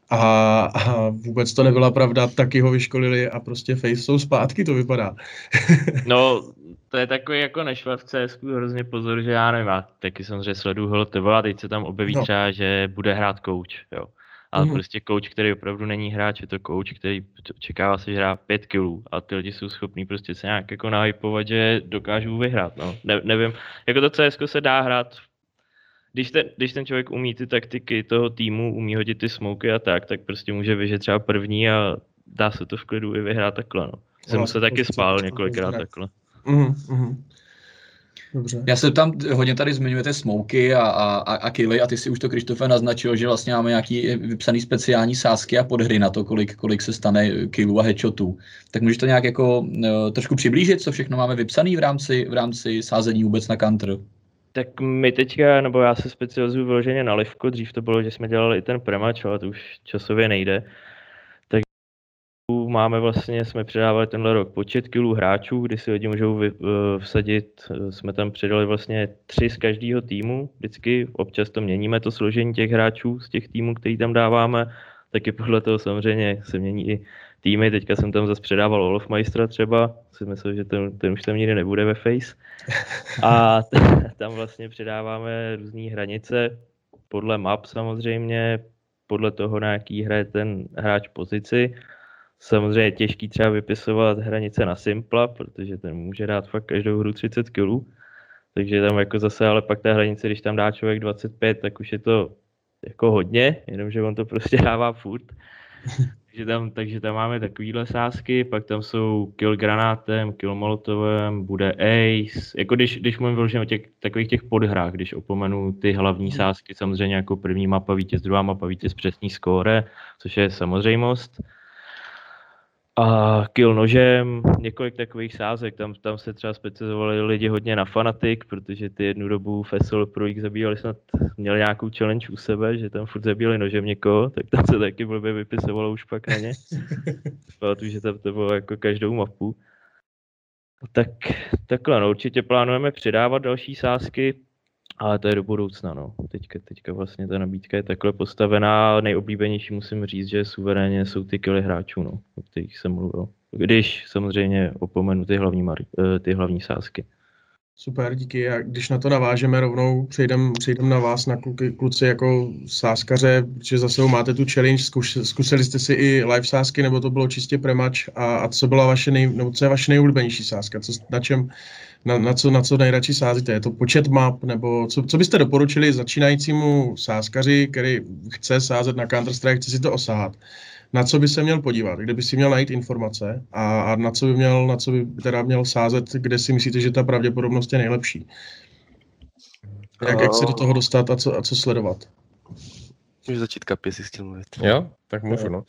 a vůbec to nebyla pravda, taky ho vyškolili a prostě FaZe jsou zpátky, to vypadá. No, to je takový jako nešvar v CSku, hrozně pozor, že já nevím, já taky samozřejmě sleduju HLTV a teď se tam objeví třeba, že bude hrát coach, jo. Ale prostě coach, který opravdu není hráč, je to coach, který očekává se, že hrá 5 kilů a ty lidi jsou schopní prostě se nějak jako nahypovat, že dokážou vyhrát, no. Nevím, jako to CSko se dá hrát, když ten člověk umí ty taktiky toho týmu, umí hodit ty smoky a tak prostě může vyžet třeba první a dá se to v klidu i vyhrát takhle, no. Jsem se taky spál několikrát takhle. Dobře. Já se tam hodně tady zmiňujete smoky a killy a ty si už to, Krištofe, naznačil, že vlastně máme nějaký vypsaný speciální sázky a podhry na to, kolik se stane killů a headshotů. Tak můžeš to nějak jako trošku přiblížit, co všechno máme vypsaný v rámci sázení vůbec na counter? Tak my teďka, nebo já se specializuju vyloženě na livko, dřív to bylo, že jsme dělali i ten premač, ale to už časově nejde. Máme vlastně, jsme přidávali tenhle rok počet kilů hráčů, kdy si lidi můžou vsadit, jsme tam přidali vlastně 3 z každého týmu, vždycky občas to měníme, to složení těch hráčů z těch týmů, který tam dáváme, taky podle toho samozřejmě se mění i týmy, teďka jsem tam zase předával Olofmeistera třeba, si myslel, že ten už tam nikdy nebude ve FaZe a tam vlastně předáváme různé hranice, podle map samozřejmě, podle toho, na jaký hraje ten hráč pozici. Samozřejmě je těžký třeba vypisovat hranice na Simpla, protože ten může dát fakt každou hru 30 kg. Takže tam jako zase, ale pak ta hranice, když tam dá člověk 25, tak už je to jako hodně, jenomže on to prostě dává furt. Takže tam máme takovýhle sázky, pak tam jsou kill granátem, kill molotovem, bude ace. Jako když mluvím vyloženě o takových těch podhrách, když opomenu ty hlavní sázky, samozřejmě jako první mapa vítěz, druhá mapa vítěz, přesný skóre, což je samozřejmost. A kill nožem, několik takových sázek, tam se třeba specializovali lidi hodně na Fnatic, protože ty jednu dobu Fesol pro jich zabíjali, snad měli nějakou challenge u sebe, že tam furt zabíjeli nožem někoho, tak tam se taky blbě vypisovalo už pak na ně. Pamatuju, že tam to bylo jako každou mapu. Tak takhle, no, určitě plánujeme přidávat další sázky, ale to je do budoucna, no. Teďka vlastně ta nabídka je takhle postavená. Nejoblíbenější musím říct, že suverénně jsou ty killy hráčů, no, o kterých jsem mluvil. Když samozřejmě opomenu ty hlavní sázky. Super, díky. A když na to navážeme rovnou, přejdem na vás, na kluci jako sázkaře, protože zase máte tu challenge, zkusili jste si i live sázky, nebo to bylo čistě premač a co byla co je vaše nejoblíbenější sázka? na co nejradši sázíte? Je to počet map, nebo co byste doporučili začínajícímu sázkaři, který chce sázet na Counter-Strike, chce si to osahat? Na co by se měl podívat, kdyby si měl najít informace a na co by teda měl sázet, kde si myslíte, že ta pravděpodobnost je nejlepší? Jak se do toho dostat a co sledovat? Můžu začít, Kapi, jestli chtěl mluvit. Jo, tak můžu, no.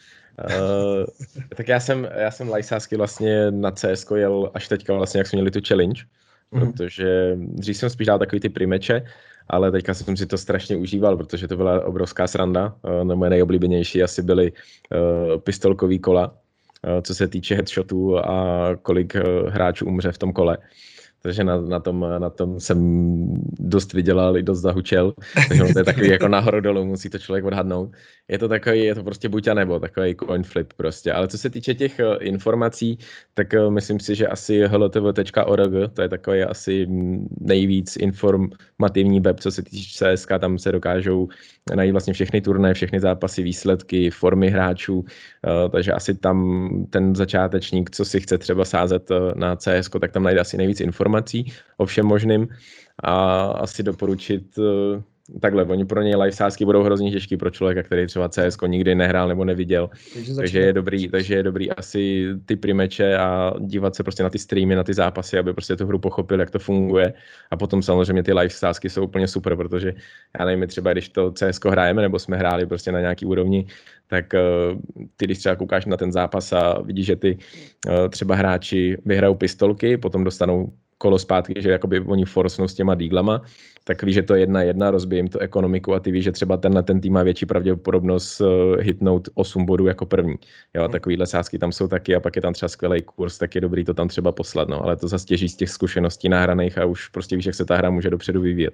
Tak já jsem lajsázky vlastně na CS jel až teďka vlastně, jak jsme měli tu challenge, protože dřív jsem spíš dal takový ty primeče, ale teďka jsem si to strašně užíval, protože to byla obrovská sranda. Moje nejoblíbenější asi byly pistolkový kola, co se týče headshotů a kolik hráčů umře v tom kole. Takže na tom jsem dost vydělal i dost zahučel. Takže to je takový jako nahoru dolů, musí to člověk odhadnout. Je to prostě buď a nebo, takový coin flip prostě. Ale co se týče těch informací, tak myslím si, že asi hltv.org, to je takový asi nejvíc informativní web, co se týče CSK, tam se dokážou najít vlastně všechny turnaje, všechny zápasy, výsledky, formy hráčů, takže asi tam ten začátečník, co si chce třeba sázet na CS, tak tam najde asi nejvíc informací o všem možným a asi doporučit takhle, oni pro něj live sázky budou hrozně těžký pro člověka, který třeba CS nikdy nehrál nebo neviděl, takže je dobrý asi ty primeče a dívat se prostě na ty streamy, na ty zápasy, aby prostě tu hru pochopil, jak to funguje a potom samozřejmě ty live sázky jsou úplně super, protože já nevím, třeba když to CS hrajeme nebo jsme hráli prostě na nějaký úrovni, tak ty když třeba koukáš na ten zápas a vidíš, že ty třeba hráči vyhrajou pistolky, potom dostanou kolo zpátky, že jakoby oni forsnou s těma díglama, tak víš, že to je 1-1, rozbije jim to ekonomiku a ty víš, že třeba ten tým má větší pravděpodobnost hitnout 8 bodů jako první. Jo, takovýhle sázky tam jsou taky a pak je tam třeba skvělý kurz, tak je dobrý to tam třeba poslat, no, ale to zase těží z těch zkušeností nahraných a už prostě víš, jak se ta hra může dopředu vyvíjet.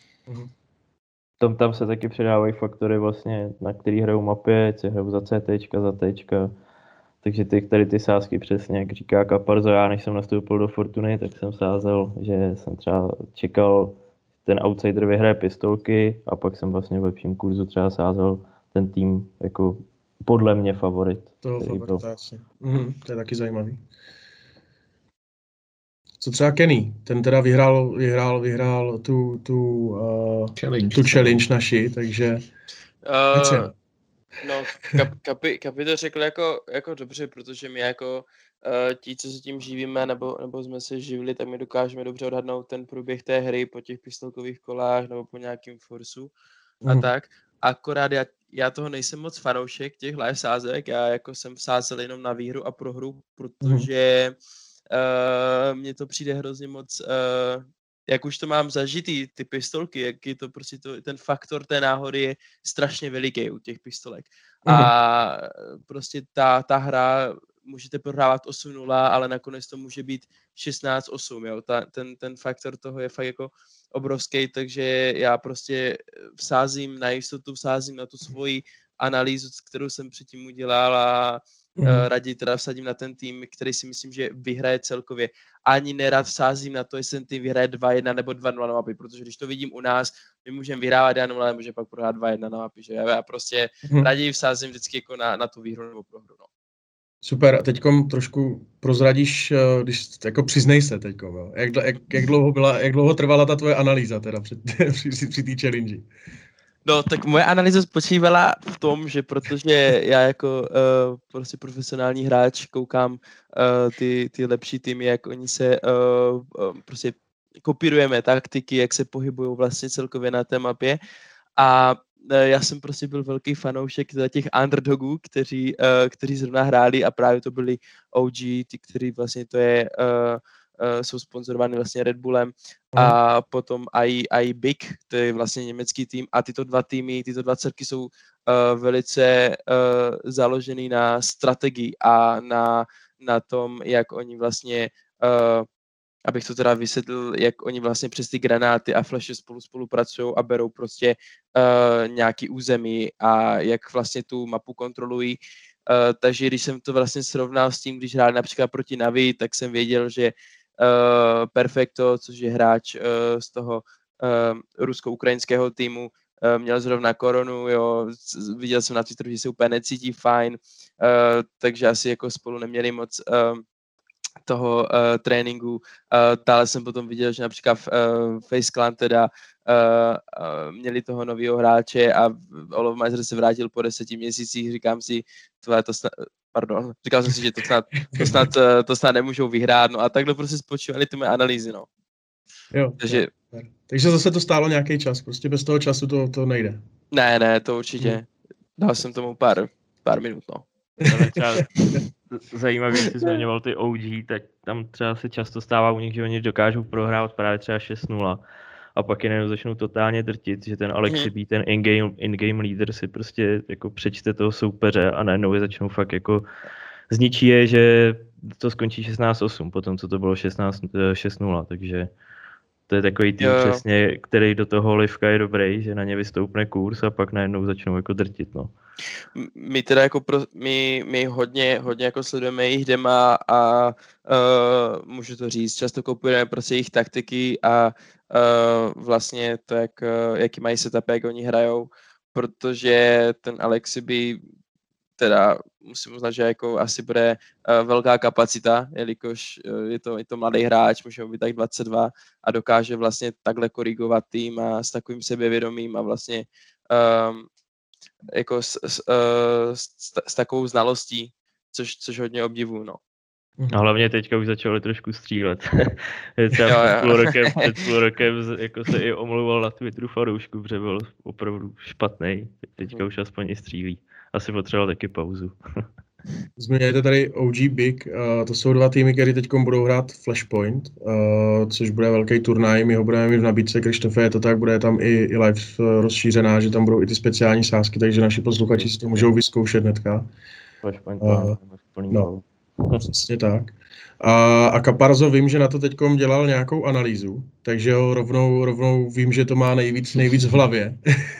Tam se taky předávají faktory vlastně, na který hrajou mapy, co hrajou za CT, za T. Takže ty sázky přesně, jak říká Kaparzo, já než jsem nastoupil do Fortuny, tak jsem sázel, že jsem třeba čekal, ten outsider vyhraje pistolky a pak jsem vlastně v lepším kurzu třeba sázel ten tým jako podle mě favorit. To je taky zajímavý. Co třeba Kenny? Ten teda vyhrál tu challenge naši, takže... No, Kapi to řekl jako dobře, protože my jako ti, co se tím živíme, nebo jsme se živili, tak my dokážeme dobře odhadnout ten průběh té hry po těch pistolkových kolách nebo po nějakým forsu a tak. Akorát já toho nejsem moc fanoušek těch live sázek, já jako jsem sázel jenom na výhru a prohru, protože mně to přijde hrozně moc... jak už to mám zažitý, ty pistolky, jak je to prostě ten faktor té náhody je strašně veliký u těch pistolek. A prostě ta hra, můžete prohrávat 8-0, ale nakonec to může být 16-8, jo. Ten faktor toho je fakt jako obrovský, takže já prostě vsázím na jistotu, vsázím na tu svoji analýzu, kterou jsem předtím udělal a raději teda vsadím na ten tým, který si myslím, že vyhraje celkově. Ani nerad vsázím na to, jestli ten tým vyhraje 2-1 nebo 2-0 na mapy, protože když to vidím u nás, my můžeme vyhrávat 1-0, ale můžeme pak prohrát 2-1 na mapy, že já prostě raději vsázím vždycky jako na tu výhru nebo prohru. No. Super, a teďkom trošku prozradíš, když jako přiznej se teďkom, jo. Jak dlouho trvala ta tvoje analýza teda při té challenge? No, tak moje analýza spočívala v tom, že protože já jako prostě profesionální hráč koukám ty lepší týmy, jak oni se prostě kopírujeme taktiky, jak se pohybují vlastně celkově na té mapě a já jsem prostě byl velký fanoušek těch underdogů, kteří zrovna hráli a právě to byli OG, ty, kteří vlastně to je... jsou sponzorovány vlastně Red Bullem a potom i Big, to je vlastně německý tým a tyto dva celky jsou velice založený na strategii a na tom, jak oni vlastně, abych to teda vysvětlil, jak oni vlastně přes ty granáty a flashe spolupracují a berou prostě nějaký území a jak vlastně tu mapu kontrolují. Takže když jsem to vlastně srovnal s tím, když hráli například proti Navi, tak jsem věděl, že Perfecto, což je hráč z toho rusko-ukrajinského týmu, měl zrovna korunu, jo, viděl jsem na Twitteru, že se úplně necítí fajn, takže asi jako spolu neměli moc toho tréninku. Dále jsem potom viděl, že například Face Clan teda měli toho nového hráče a Olofmeister se vrátil po 10 měsících. Říkám si, říkal jsem si, že to snad nemůžou vyhrát, no a takhle prostě spočívaly ty moje analýzy, no. Jo, takže zase to stálo nějaký čas, prostě bez toho času to nejde. Ne, to určitě. Dal jsem tomu pár minut, no. Zajímavý, že jsi zmiňoval ty OG, tak tam třeba se často stává u nich, že oni dokážou prohrát právě třeba 6-0 a pak jenom začnou totálně drtit, že ten Alexi ten in-game leader si prostě jako přečte toho soupeře a najednou je začnou fakt jako zničí je, že to skončí 16-8, potom co to bylo 6-0, takže to je takový tým přesně, který do toho Livka je dobrý, že na ně vystoupne kurz a pak najednou začnou jako drtit, no. My teda jako my hodně jako sledujeme jejich dema a můžu to říct, často kopujeme prostě jejich taktiky a vlastně to, jaký mají setup, jak oni hrajou, protože ten Alexi by teda musím uznat, že jako asi bude velká kapacita, jelikož je to mladý hráč, může být tak 22 a dokáže vlastně takhle korigovat tým a s takovým sebevědomím a vlastně jako s takovou znalostí, což hodně obdivuju, no. A hlavně teďka už začali trošku střílet. Před půl rokem jako se i omlouval na Twitteru fanoušku, protože byl opravdu špatný. Teďka už aspoň i střílí. Asi potřeboval taky pauzu. Zmiňujete tady OG Big, to jsou dva týmy, které teď budou hrát Flashpoint, což bude velký turnaj, my ho budeme mít v nabídce, Krištofe, je to tak, bude tam i live rozšířená, že tam budou i ty speciální sázky, takže naši posluchači si to můžou vyzkoušet hnedka. Flashpoint, no, přesně tak. A Caparzo vím, že na to teďkom dělal nějakou analýzu, takže ho rovnou vím, že to má nejvíc v hlavě.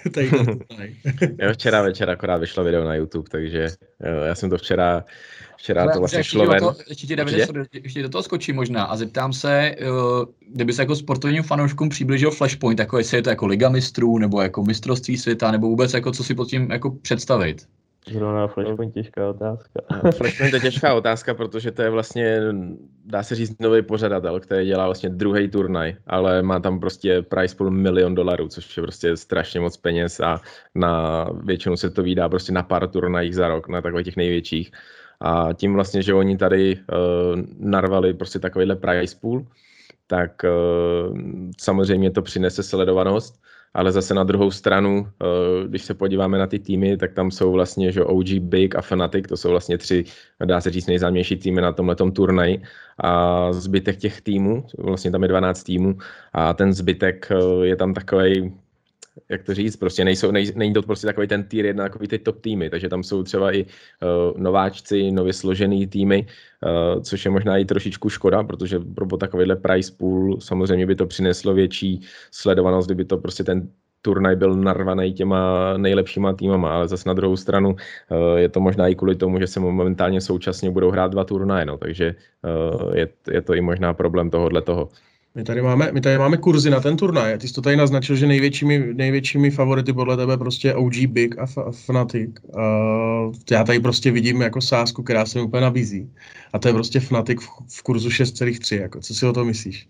Jo, včera večer akorát vyšlo video na YouTube, takže já jsem to včera to vlastně šlo ven. Ještě do toho skočím možná a zeptám se, kdyby se jako sportovním fanouškům přiblížil Flashpoint, jako jestli je to jako Liga mistrů, nebo jako mistrovství světa, nebo vůbec jako co si pod tím jako představit. Zrovna Flashpoint těžká otázka. Flashpoint je těžká otázka, protože to je vlastně, dá se říct, nový pořadatel, který dělá vlastně druhý turnaj, ale má tam prostě prize pool $1 milion, což je prostě strašně moc peněz a na většinu se to vydá prostě na pár turnajích za rok, na takových těch největších. A tím vlastně, že oni tady narvali prostě takovýhle prize pool, tak samozřejmě to přinese sledovanost. Ale zase na druhou stranu, když se podíváme na ty týmy, tak tam jsou vlastně že OG, Big a Fnatic, to jsou vlastně 3, dá se říct, nejznámější týmy na tomhletom turnaji. A zbytek těch týmů, vlastně tam je 12 týmů a ten zbytek je tam takovej, jak to říct, prostě není to prostě takový ten tier 1, takový ty top týmy, takže tam jsou třeba i nováčci, nově složený týmy, což je možná i trošičku škoda, protože pro takovýhle prize pool samozřejmě by to přineslo větší sledovanost, kdyby to prostě ten turnaj byl narvaný těma nejlepšíma týmama, ale zase na druhou stranu je to možná i kvůli tomu, že se momentálně současně budou hrát 2 turnaje, no, takže je to i možná problém toho. My tady máme kurzy na ten turnaj. Ty jsi to tady naznačil, že největšími favority podle tebe prostě OG, Big a Fnatic. Já tady prostě vidím jako sázku, která se mi úplně nabízí. A to je prostě Fnatic v kurzu 6,3. Jako, co si o to myslíš?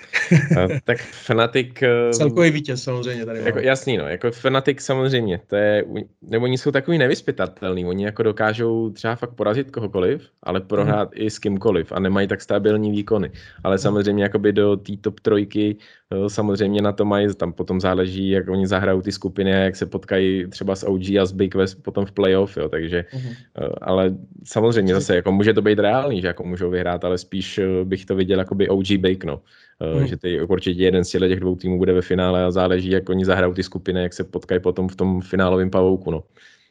Tak Fnatic... Celkový vítěz samozřejmě tady. Jako, jasný, no. Jako Fnatic samozřejmě. Nebo oni jsou takový nevyzpytatelný. Oni jako dokážou třeba fakt porazit kohokoliv, ale prohrát i s kýmkoliv a nemají tak stabilní výkony. Ale samozřejmě jakoby do té top 3 samozřejmě na to mají, tam potom záleží, jak oni zahrajou ty skupiny a jak se potkají třeba s OG a s Big potom v playoff, jo, takže ale samozřejmě zase jako může to být reálný, že jako můžou vyhrát, ale spíš bych to viděl jakoby OG Big, no. Že určitě jeden z těch 2 týmů bude ve finále a záleží, jak oni zahrajou ty skupiny, jak se potkají potom v tom finálovém pavouku, no.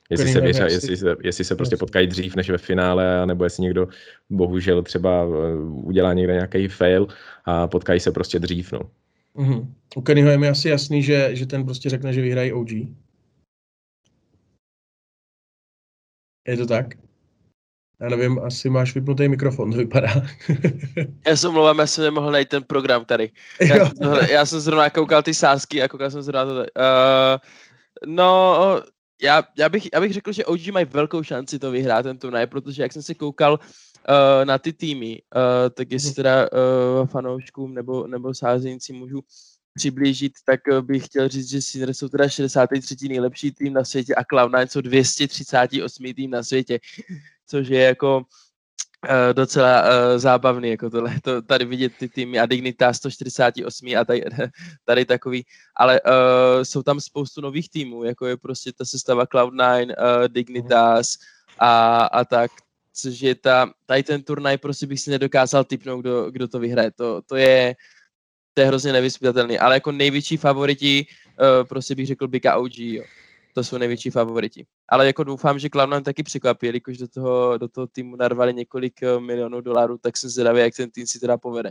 Jestli se prostě potkají dřív než ve finále, nebo jestli někdo bohužel třeba udělá někde nějaký fail a potkají se prostě dřív, no. U Kennyho je mi asi jasný, že ten prostě řekne, že vyhrají OG. Je to tak? Já nevím, asi máš vypnutý mikrofon, to vypadá. Já se omlouvám, já jsem nemohl najít ten program tady. Já jsem zrovna koukal ty sázky a koukal jsem zrovna to tady. No, já bych řekl, že OG mají velkou šanci to vyhrát ten turnaj, protože jak jsem se koukal na ty týmy, tak jestli teda fanouškům nebo sázejícím můžu přiblížit, tak bych chtěl říct, že Sinners jsou teda 63. nejlepší tým na světě a Cloud9 jsou 238. tým na světě, což je jako docela zábavný, jako tohle, tady vidět ty týmy a Dignitas 148 a tady takový, ale jsou tam spoustu nových týmů, jako je prostě ta sestava Cloud9, Dignitas a tak, což je tady ten turnaj, prostě bych si nedokázal tipnout, kdo to vyhraje, to je hrozně nevyspytatelný, ale jako největší favoriti, prostě bych řekl Big a OG, jo. To jsou největší favoriti. Ale jako doufám, že Cloud9 taky překvapí, jelikož do toho týmu narvali několik milionů $, tak jsem zvědavý, jak ten tým si teda povede.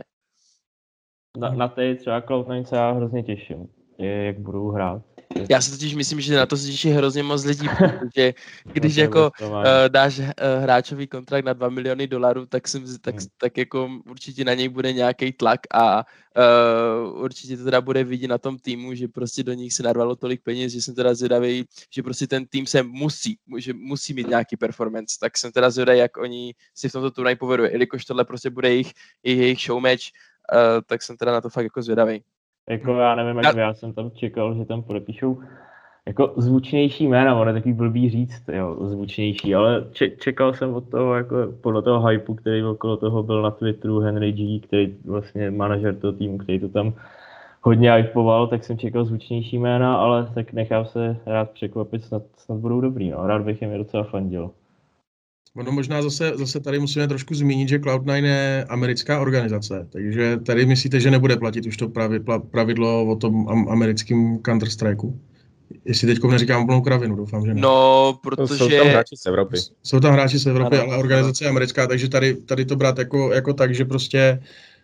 Na ty třeba Cloud9 se já hrozně těším, jak budou hrát. Já si totiž myslím, že na to se těší hrozně moc lidí, protože když jako dáš hráčový kontrakt na $2 miliony, tak jako určitě na něj bude nějaký tlak a určitě to teda bude vidět na tom týmu, že prostě do nich se narvalo tolik peněz, že jsem teda zvědavý, že prostě ten tým se musí mít nějaký performance, tak jsem teda zvědavý, jak oni si v tomto turnaji povedou, jelikož tohle prostě bude jejich showmatch, tak jsem teda na to fakt jako zvědavý. Jako já nevím, jak já jsem tam čekal, že tam podepíšou jako zvučnější jména, ono je takový blbý říct, jo, zvučnější, ale čekal jsem od toho, jako podle toho hypeu, který okolo toho byl na Twitteru, Henry G, který vlastně manažer toho týmu, který to tam hodně hypoval, tak jsem čekal zvučnější jména, ale tak nechám se rád překvapit, snad budou dobrý, no, rád bych jim je docela fandil. No možná zase tady musíme trošku zmínit, že Cloud9 je americká organizace, takže tady myslíte, že nebude platit už to pravidlo o tom americkém Counter-Strikeu? Jestli teďko neříkám úplnou kravinu, doufám, že ne. No, protože... Jsou tam hráči z Evropy. Jsou tam hráči z Evropy, ale organizace je americká, takže tady to brát jako tak, že prostě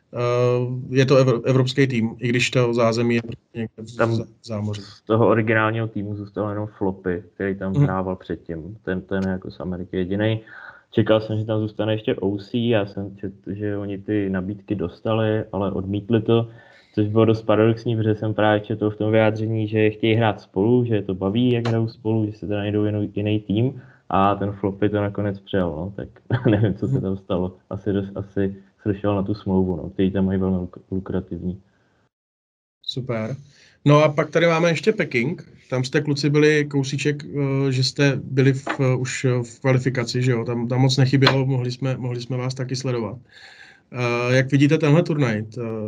je to evropský tým, i když to zázemí je někde v zámoří. Z toho originálního týmu zůstal jenom Floppy, který tam hrával předtím. Ten je jako z Ameriky jedinej. Čekal jsem, že tam zůstane ještě OC, já jsem četl, že oni ty nabídky dostali, ale odmítli to, což bylo dost paradoxní, protože jsem právě četl v tom vyjádření, že chtějí hrát spolu, že je to baví, jak hrajou spolu, že se teda najdou jiný tým a ten Floppy to nakonec přijal, no, tak nevím, co se tam stalo. Asi slyšel na tu smlouvu, no, který tam mají velmi lukrativní. Super. No a pak tady máme ještě Peking. Tam jste kluci byli kousíček, že jste byli už v kvalifikaci, že jo? Tam moc nechybělo, mohli jsme vás taky sledovat. Jak vidíte tenhle turnaj?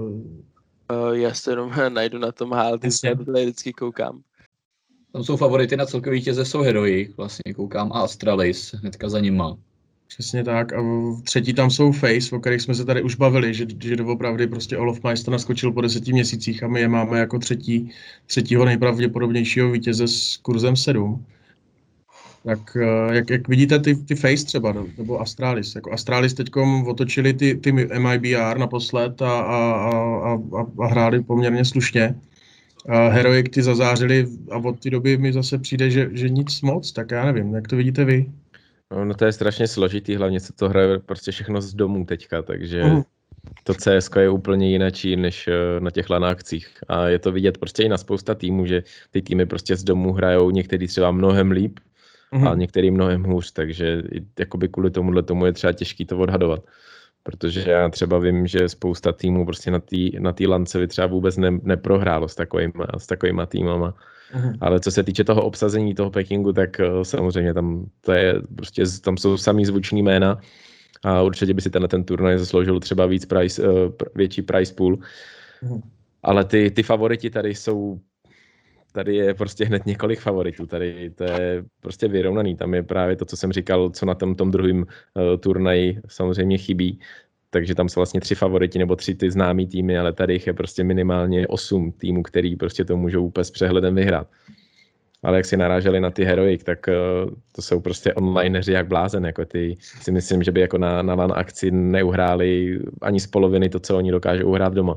Já se jenom najdu na tom HLT, já to tady vždycky koukám. Tam jsou favority na celkový vítěze, jsou Heroic, vlastně koukám, a Astralis, hnedka za nima. Přesně tak. A třetí tam jsou Face, o kterých jsme se tady už bavili, že doopravdy prostě Olofmeister naskočil po 10 měsících a my je máme jako třetího nejpravděpodobnějšího vítěze s kurzem 7. Tak jak vidíte ty Face třeba, nebo Astralis? Jako Astralis teďkom otočili ty MIBR naposled a hráli poměrně slušně. Heroic ty zazářili a od té doby mi zase přijde, že nic moc, tak já nevím, jak to vidíte vy? No to je strašně složitý, hlavně se to hraje prostě všechno z domů teďka, takže to CSK je úplně jinačí než na těch LAN akcích. A je to vidět prostě i na spousta týmů, že ty týmy prostě z domů hrajou, některý třeba mnohem líp a některý mnohem hůř, takže jakoby kvůli tomu je třeba těžký to odhadovat. Protože já třeba vím, že spousta týmů prostě na té lance by třeba vůbec neprohrálo s takovýma týmama. Ale co se týče toho obsazení toho Pekingu, tak samozřejmě tam jsou samý zvuční jména a určitě by si ten turnaj zasloužil třeba větší price pool. Ale ty favoriti tady je prostě hned několik favoritů, tady to je prostě vyrovnaný, tam je právě to, co jsem říkal, co na tom druhém turnaji samozřejmě chybí, takže tam jsou vlastně 3 favoriti nebo 3 ty známý týmy, ale tady jich je prostě minimálně 8 týmů, který prostě to můžou úplně s přehledem vyhrát. Ale jak si naráželi na ty Heroic, tak to jsou prostě onlineři jak blázen, jako ty si myslím, že by jako na LAN akci neuhráli ani z poloviny to, co oni dokážou uhrát doma.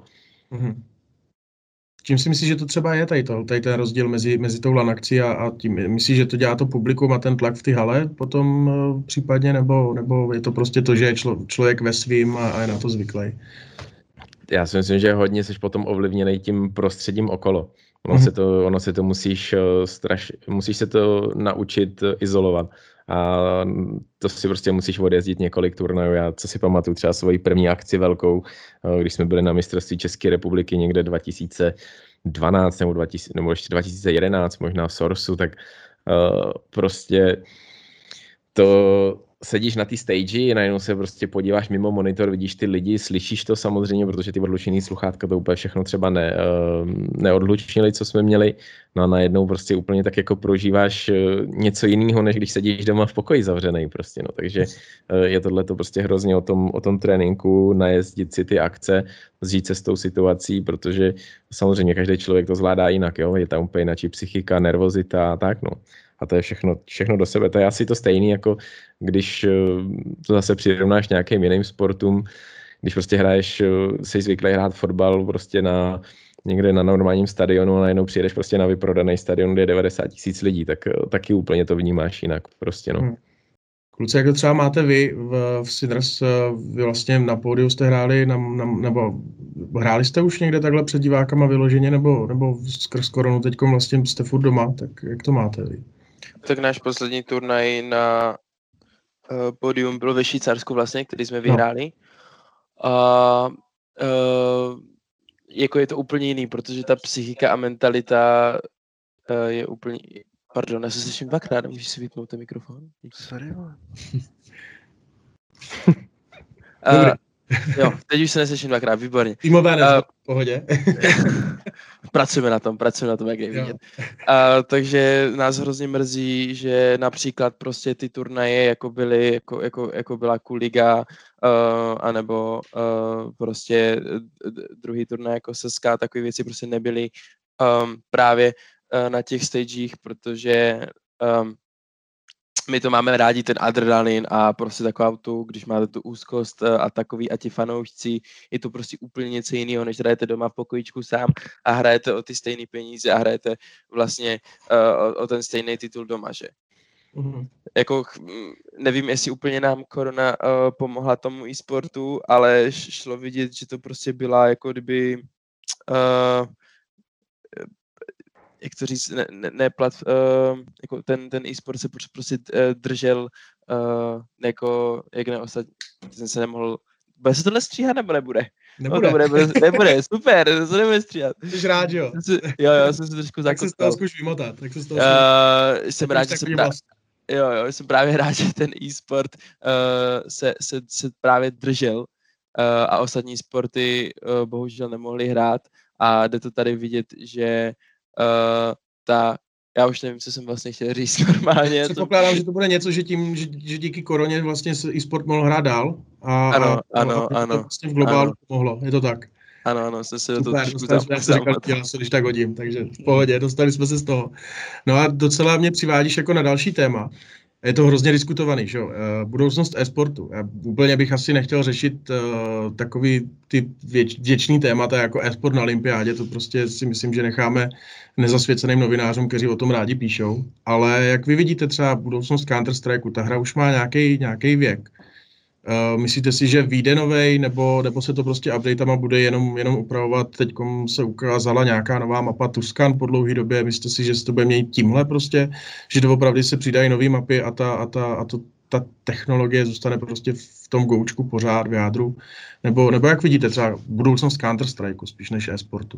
Čím si myslíš, že to třeba je tady ten rozdíl mezi tou LAN akcí a tím? Myslíš, že to dělá to publikum a ten tlak v té hale potom případně, nebo je to prostě to, že je člověk ve svým a je na to zvyklý? Já si myslím, že hodně jsi potom ovlivněný tím prostředím okolo. Ono se to musíš se to naučit izolovat. A to si prostě musíš odjezdit několik turnajů. Já co si pamatuju třeba svoji první akci velkou, když jsme byli na mistrovství České republiky někde 2012 nebo ještě 2011, možná v Sourcu, tak prostě to sedíš na té stage, najednou se prostě podíváš mimo monitor, vidíš ty lidi, slyšíš to samozřejmě, protože ty odlučený sluchátka to úplně všechno třeba neodlučnili, co jsme měli, no a najednou prostě úplně tak jako prožíváš něco jiného, než když sedíš doma v pokoji zavřenej prostě, no, takže je tohleto prostě hrozně o tom tréninku, najezdit si ty akce, zžít se s tou situací, protože samozřejmě každý člověk to zvládá jinak, jo, je tam úplně jináčí psychika, nervozita a tak, no. A to je všechno do sebe. To je asi to stejný, jako když to zase přirovnáš nějakým jiným sportům, když prostě jsi zvyklý hrát fotbal prostě někde na normálním stadionu a najednou přijedeš prostě na vyprodaný stadion, kde je 90 000 lidí, tak taky úplně to vnímáš jinak prostě, no. Kluci, jak to třeba máte vy v Sinners, vy vlastně na pódiu jste hráli, nebo hráli jste už někde takhle před divákama vyloženě, nebo skrz koronu teďkom vlastně jste furt doma, tak jak to máte vy? Tak náš poslední turnaj na pódium byl ve Švýcarsku vlastně, který jsme vyhráli. A jako je to úplně jiný, protože ta psychika a mentalita je úplně... Pardon, já se slyším dvakrát, můžeš si vypnout ten mikrofon? Sorry, jo, teď už se neslyším dvakrát, výborně. Týmové v pohodě. Pracujeme na tom, jak je vidět. Takže nás hrozně mrzí, že například prostě ty turnaje, jako byly, jako byla Kuliga, anebo prostě druhý turnaj jako Seska, takové věci prostě nebyly právě na těch stagech, protože my to máme rádi, ten adrenalin a prostě taková když máte tu úzkost a takový a ti fanoušci, je to prostě úplně něco jiného, než hrajete doma v pokojičku sám a hrajete o ty stejné peníze a hrajete vlastně o ten stejný titul doma, že? Jako, nevím, jestli úplně nám korona pomohla tomu e-sportu, ale šlo vidět, že to prostě byla jako kdyby jak to říct, jako ten e-sport se prostě držel jako, jak neosadně, jsem se nemohl, bude se tohle stříhat nebo nebude? Nebude, super, to nebude stříhat. Jsi rád, jo? Jo, jsem se trošku zakopal. Tak se z toho zkuš vymotat, jsem rád, že jsem právě rád, že ten e-sport se právě držel a ostatní sporty bohužel nemohli hrát a jde to tady vidět, že já už nevím, co jsem vlastně chtěl říct normálně. Předpokládám, že to bude něco, že díky koroně vlastně e-sport mohl hrát dál. Ano. To vlastně v globálu mohlo, je to tak. Ano, jsem se do toho trošku zapomněl. Když tak hodím, takže v pohodě, dostali jsme se z toho. No a docela mě přivádíš jako na další téma. Je to hrozně diskutovaný, že jo? Budoucnost e-sportu. Já úplně bych asi nechtěl řešit takový ty věčný témata jako e-sport na olympiádě, to prostě si myslím, že necháme nezasvěceným novinářům, kteří o tom rádi píšou. Ale jak vy vidíte třeba budoucnost Counter-Strikeu, ta hra už má nějaký věk. Myslíte si, že vyjde novej, nebo se to prostě updateama bude jenom upravovat? Teďkom se ukázala nějaká nová mapa Tuscan po dlouhé době. Myslíte si, že se to bude měnit tímhle prostě? Že doopravdy se přidají nové mapy a ta technologie zůstane prostě v tom goučku pořád v jádru? Nebo jak vidíte třeba budoucnost Counter-Strikeu spíš než e-sportu?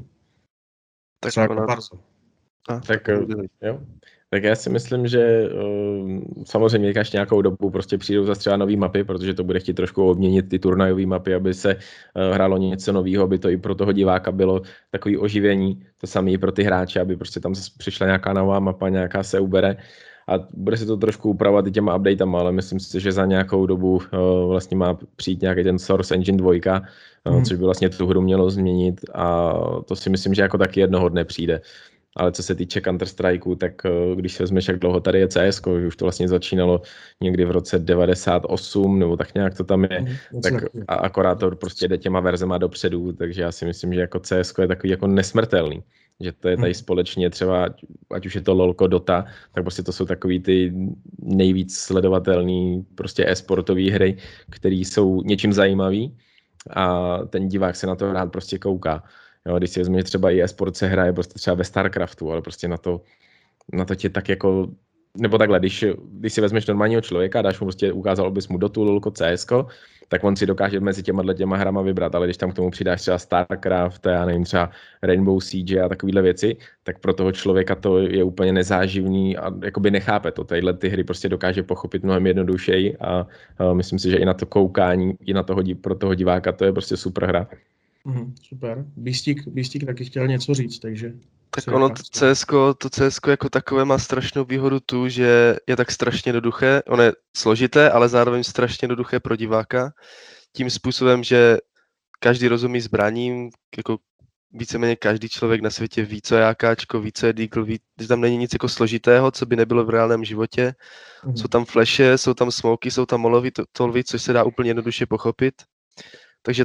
Tak já si myslím, že samozřejmě každou nějakou dobu prostě přijdou zase třeba nový mapy, protože to bude chtít trošku obměnit ty turnajové mapy, aby se hrálo něco nového, aby to i pro toho diváka bylo takový oživení, to samé i pro ty hráče, aby prostě tam přišla nějaká nová mapa, nějaká se ubere a bude se to trošku upravovat i těma updatama, ale myslím si, že za nějakou dobu vlastně má přijít nějaký ten Source Engine 2, což by vlastně tu hru mělo změnit a to si myslím, že jako taky jednoho dne přijde. Ale co se týče Counter-Strikeu, tak když se vezmeš, jak dlouho tady je CS, už to vlastně začínalo někdy v roce 98, nebo tak nějak to tam je, tak a akorát to prostě jde těma verzema dopředu, takže já si myslím, že jako CS je takový jako nesmrtelný. Že to je tady společně třeba, ať už je to LoLko, Dota, tak prostě to jsou takový ty nejvíc sledovatelný prostě e-sportové hry, které jsou něčím zajímavý a ten divák se na to rád prostě kouká. Jo, když si vezmeš, třeba i e-sport se hraje prostě třeba ve StarCraftu, ale prostě na to tě tak jako, nebo takhle, když si vezmeš normálního člověka, dáš mu prostě, ukázal bys mu Dotu, LoLko, CSko, tak on si dokáže mezi těma hrama vybrat, ale když tam k tomu přidáš třeba StarCraft, já nevím, třeba Rainbow Siege a takovýhle věci, tak pro toho člověka to je úplně nezáživný a jakoby nechápe to. Tadyhle ty hry prostě dokáže pochopit mnohem jednodušeji a myslím si, že i na to koukání, i na toho, pro toho diváka to je prostě super hra. Super. Bístík taky chtěl něco říct, takže... Tak ono, to CSko jako takové má strašnou výhodu tu, že je tak strašně jednoduché. Ono je složité, ale zároveň strašně jednoduché pro diváka. Tím způsobem, že každý rozumí zbraním, jako víceméně každý člověk na světě ví, co je AKčko, ví, co je Deagle, ví, že tam není nic jako složitého, co by nebylo v reálném životě. Jsou tam flashe, jsou tam smoky, jsou tam molový tolvy, což se dá úplně jednoduše pochopit. Takže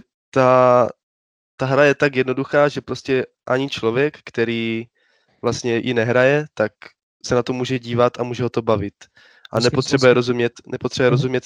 ta hra je tak jednoduchá, že prostě ani člověk, který vlastně ji nehraje, tak se na to může dívat a může ho to bavit. A nepotřebuje rozumět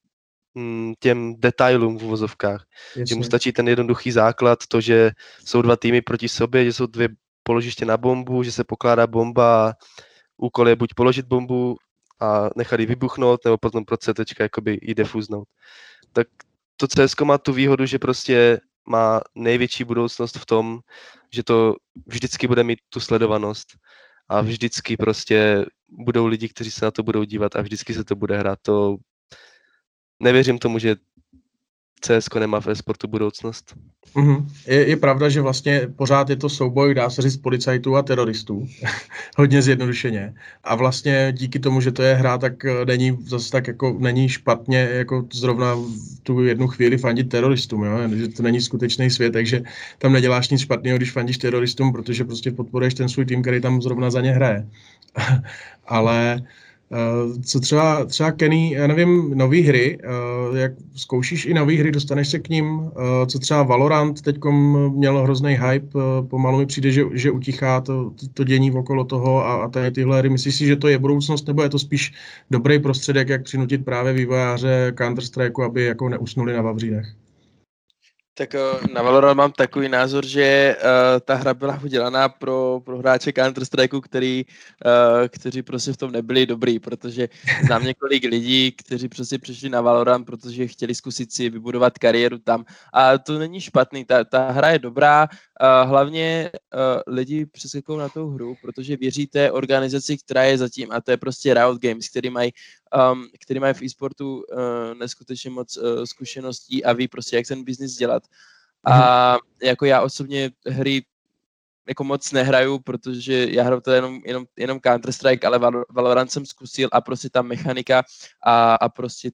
těm detailům v uvozovkách. Že mu stačí ten jednoduchý základ, to, že jsou dva týmy proti sobě, že jsou dvě položiště na bombu, že se pokládá bomba a úkol je buď položit bombu a nechat ji vybuchnout, nebo potom pro CTčka jakoby ji defuznout. Tak to CSko má tu výhodu, že prostě má největší budoucnost v tom, že to vždycky bude mít tu sledovanost a vždycky prostě budou lidi, kteří se na to budou dívat a vždycky se to bude hrát. To nevěřím tomu, že CSko nemá v e-sportu budoucnost. Je pravda, že vlastně pořád je to souboj, dá se říct, policajtů a teroristů. Hodně zjednodušeně. A vlastně díky tomu, že to je hra, tak není zase tak jako není špatně jako zrovna v tu jednu chvíli fandit teroristům, jo? Že to není skutečný svět, takže tam neděláš nic špatného, když fandíš teroristům, protože prostě podporuješ ten svůj tým, který tam zrovna za ně hraje. Ale co třeba Kenny, já nevím, nový hry, jak zkoušíš i nový hry, dostaneš se k ním, co třeba Valorant teďkom měl hrozný hype, pomalu mi přijde, že utichá to dění okolo toho a tyhle hry. Myslíš si, že to je budoucnost, nebo je to spíš dobrý prostředek, jak přinutit právě vývojáře Counter-Strike, aby jako neusnuli na vavřínech? Tak na Valorant mám takový názor, že ta hra byla udělaná pro hráče Counter-Strike, kteří prostě v tom nebyli dobrý, protože znám několik lidí, kteří prostě přišli na Valorant, protože chtěli zkusit si vybudovat kariéru tam. A to není špatný, ta hra je dobrá, hlavně lidi přeskakují na tu hru, protože věří té organizaci, která je zatím, a to je prostě Riot Games, který mají v e-sportu neskutečně moc zkušeností a ví prostě, jak ten biznis dělat. A jako já osobně hry jako moc nehraju, protože já hraju to jenom Counter-Strike, ale Valorant jsem zkusil a prostě ta mechanika a prostě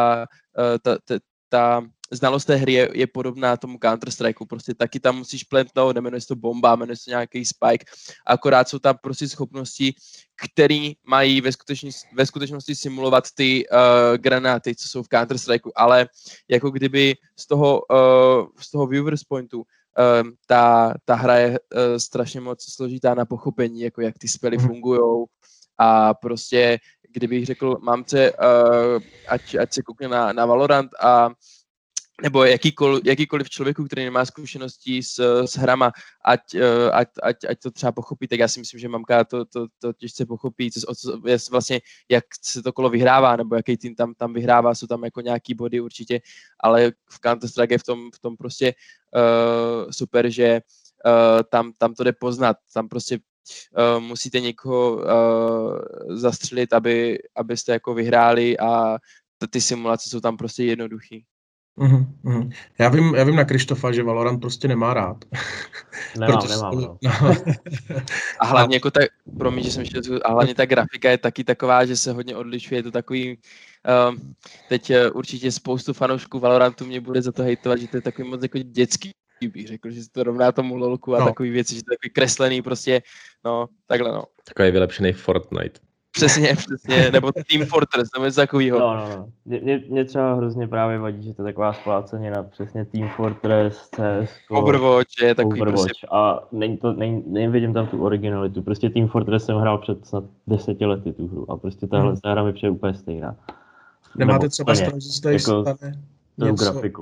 ta znalost té hry je podobná tomu Counter-Strikeu, prostě taky tam musíš plantnout, nemenuje se to bomba, jmenuje se to nějaký spike, akorát jsou tam prostě schopnosti, které mají ve skutečnosti simulovat ty granáty, co jsou v Counter-Strikeu, ale jako kdyby z toho viewers pointu ta hra je strašně moc složitá na pochopení, jako jak ty spely fungujou a prostě kdybych řekl mamce, ať se koukne na Valorant nebo jakýkoliv člověku, který nemá zkušenosti s hrama, ať to třeba pochopí, tak já si myslím, že mamka to těžce pochopí, vlastně, jak se to kolo vyhrává, nebo jaký tým tam vyhrává, jsou tam jako nějaký body určitě, ale v Counter-Strike je v tom prostě super, že tam to jde poznat, tam prostě musíte někoho zastřelit, abyste jako vyhráli a ty simulace jsou tam prostě jednoduchý. Já vím na Krištofa, že Valorant prostě nemá rád. Nemám. No. A hlavně jako promiň, že jsem ještě, a hlavně ta grafika je taky taková, že se hodně odlišuje, je to takový, teď určitě spoustu fanoušků Valorantu mě bude za to hejtovat, že to je takový moc jako dětský, bych řekl, že se to rovná tomu lolku a takový věci, že to je takový kreslený prostě, no, takhle no. Takový vylepšený Fortnite. Přesně, nebo Team Fortress, nebo něco takového. No. Mě třeba hrozně právě vadí, že to je taková splácenina, přesně Team Fortress, CS, Overwatch je takový Overwatch prostě. A nevidím tam tu originalitu, prostě Team Fortress jsem hrál před snad 10 lety tu hru a prostě tahle hra mi přijde úplně stejná. Nemáte třeba strach, že se tady jako stane tou grafikou.